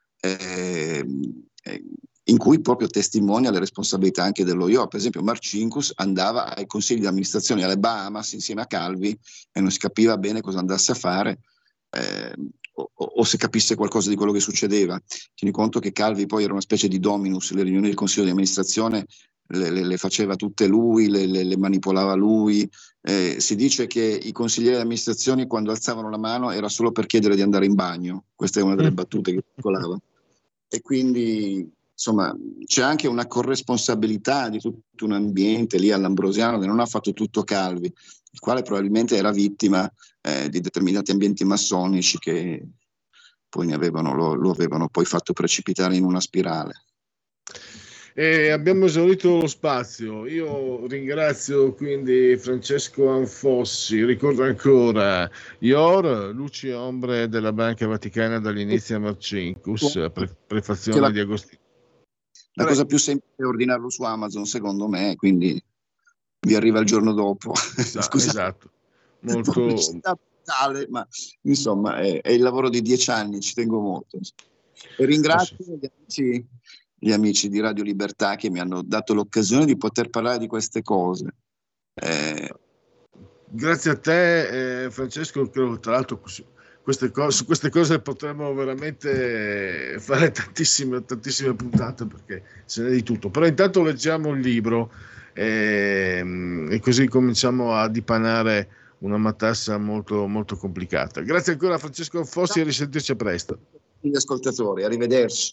in cui proprio testimonia le responsabilità anche dello IOR. Per esempio Marcinkus andava ai consigli di amministrazione alle Bahamas insieme a Calvi e non si capiva bene cosa andasse a fare, o se capisse qualcosa di quello che succedeva. Tieni conto che Calvi poi era una specie di dominus, le riunioni del consiglio di amministrazione le faceva tutte lui, le manipolava lui. Si dice che i consiglieri di amministrazione, quando alzavano la mano, era solo per chiedere di andare in bagno. Questa è una delle battute che circolava. E quindi insomma c'è anche una corresponsabilità di tutto un ambiente lì all'Ambrosiano che non ha fatto tutto Calvi, il quale probabilmente era vittima di determinati ambienti massonici che poi lo avevano poi fatto precipitare in una spirale. E abbiamo esaurito lo spazio. Io ringrazio quindi Francesco Anfossi, ricordo ancora IOR, luci e ombre della Banca Vaticana dall'inizio a Marcinkus, prefazione di Agostino. La cosa più semplice è ordinarlo su Amazon, secondo me, quindi vi arriva il giorno dopo. Esatto. Molto tale, ma insomma è il lavoro di 10 anni, ci tengo molto. E ringrazio gli amici di Radio Libertà che mi hanno dato l'occasione di poter parlare di queste cose. Grazie a te, Francesco, che tra l'altro su queste cose potremmo veramente fare tantissime puntate, perché ce n'è di tutto. Però intanto leggiamo il libro e così cominciamo a dipanare una matassa molto, molto complicata. Grazie ancora a Francesco Fossi e risentirci a presto. Gli ascoltatori, arrivederci.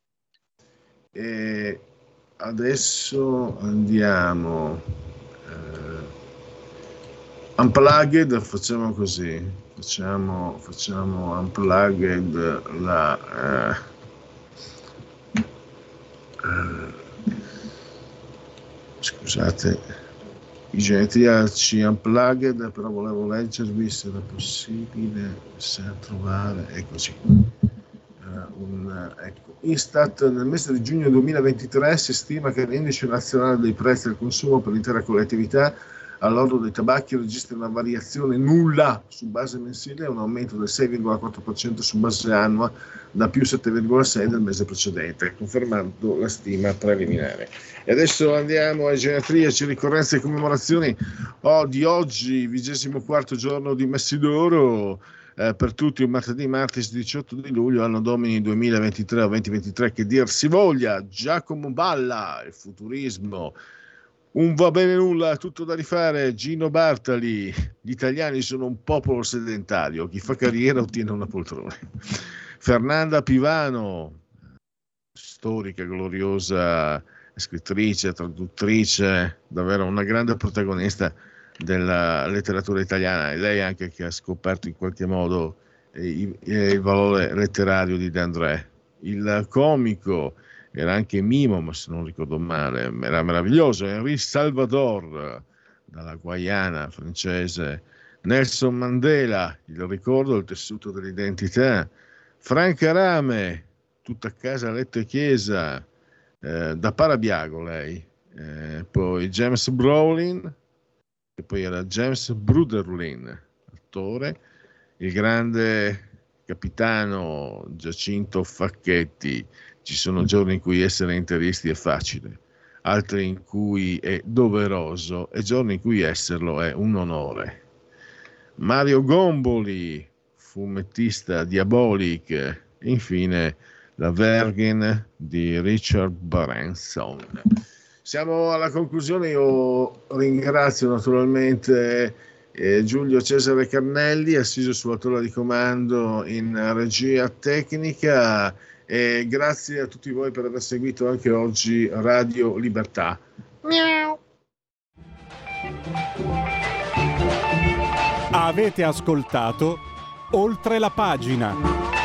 E adesso andiamo Unplugged, facciamo così, facciamo Unplugged scusate, i genetriaci Unplugged, però volevo leggervi se era possibile, se trovare, eccoci. Ecco. Istat, nel mese di giugno 2023 si stima che l'indice nazionale dei prezzi al consumo per l'intera collettività all'ordo dei tabacchi registra una variazione nulla su base mensile e un aumento del 6,4% su base annua da più 7,6% del mese precedente, confermando la stima preliminare. E adesso andiamo ai genetriaci, ricorrenze e commemorazioni di oggi, 24° giorno di Messidoro. Per tutti un martedì 18 di luglio, anno domini 2023 o 2023 che dir si voglia. Giacomo Balla, il futurismo, un va bene nulla, tutto da rifare. Gino Bartali, gli italiani sono un popolo sedentario, chi fa carriera ottiene una poltrona. Fernanda Pivano, storica, gloriosa scrittrice, traduttrice, davvero una grande protagonista della letteratura italiana, e lei anche che ha scoperto in qualche modo il valore letterario di De André. Il comico era anche mimo, ma se non ricordo male, era meraviglioso, Henri Salvador dalla Guayana francese. Nelson Mandela, il ricordo, il tessuto dell'identità. Franca Rame, tutta casa, letto e chiesa, da Parabiago lei. Poi James Brolin, che poi era James Bruderlin, attore, il grande capitano Giacinto Facchetti. Ci sono giorni in cui essere interisti è facile, altri in cui è doveroso e giorni in cui esserlo è un onore. Mario Gomboli, fumettista Diabolic, e infine la Vergine di Richard Branson. Siamo alla conclusione, io ringrazio naturalmente Giulio Cesare Carnelli, assiso sulla tolla di comando in regia tecnica, e grazie a tutti voi per aver seguito anche oggi Radio Libertà. Miau. Avete ascoltato Oltre la pagina.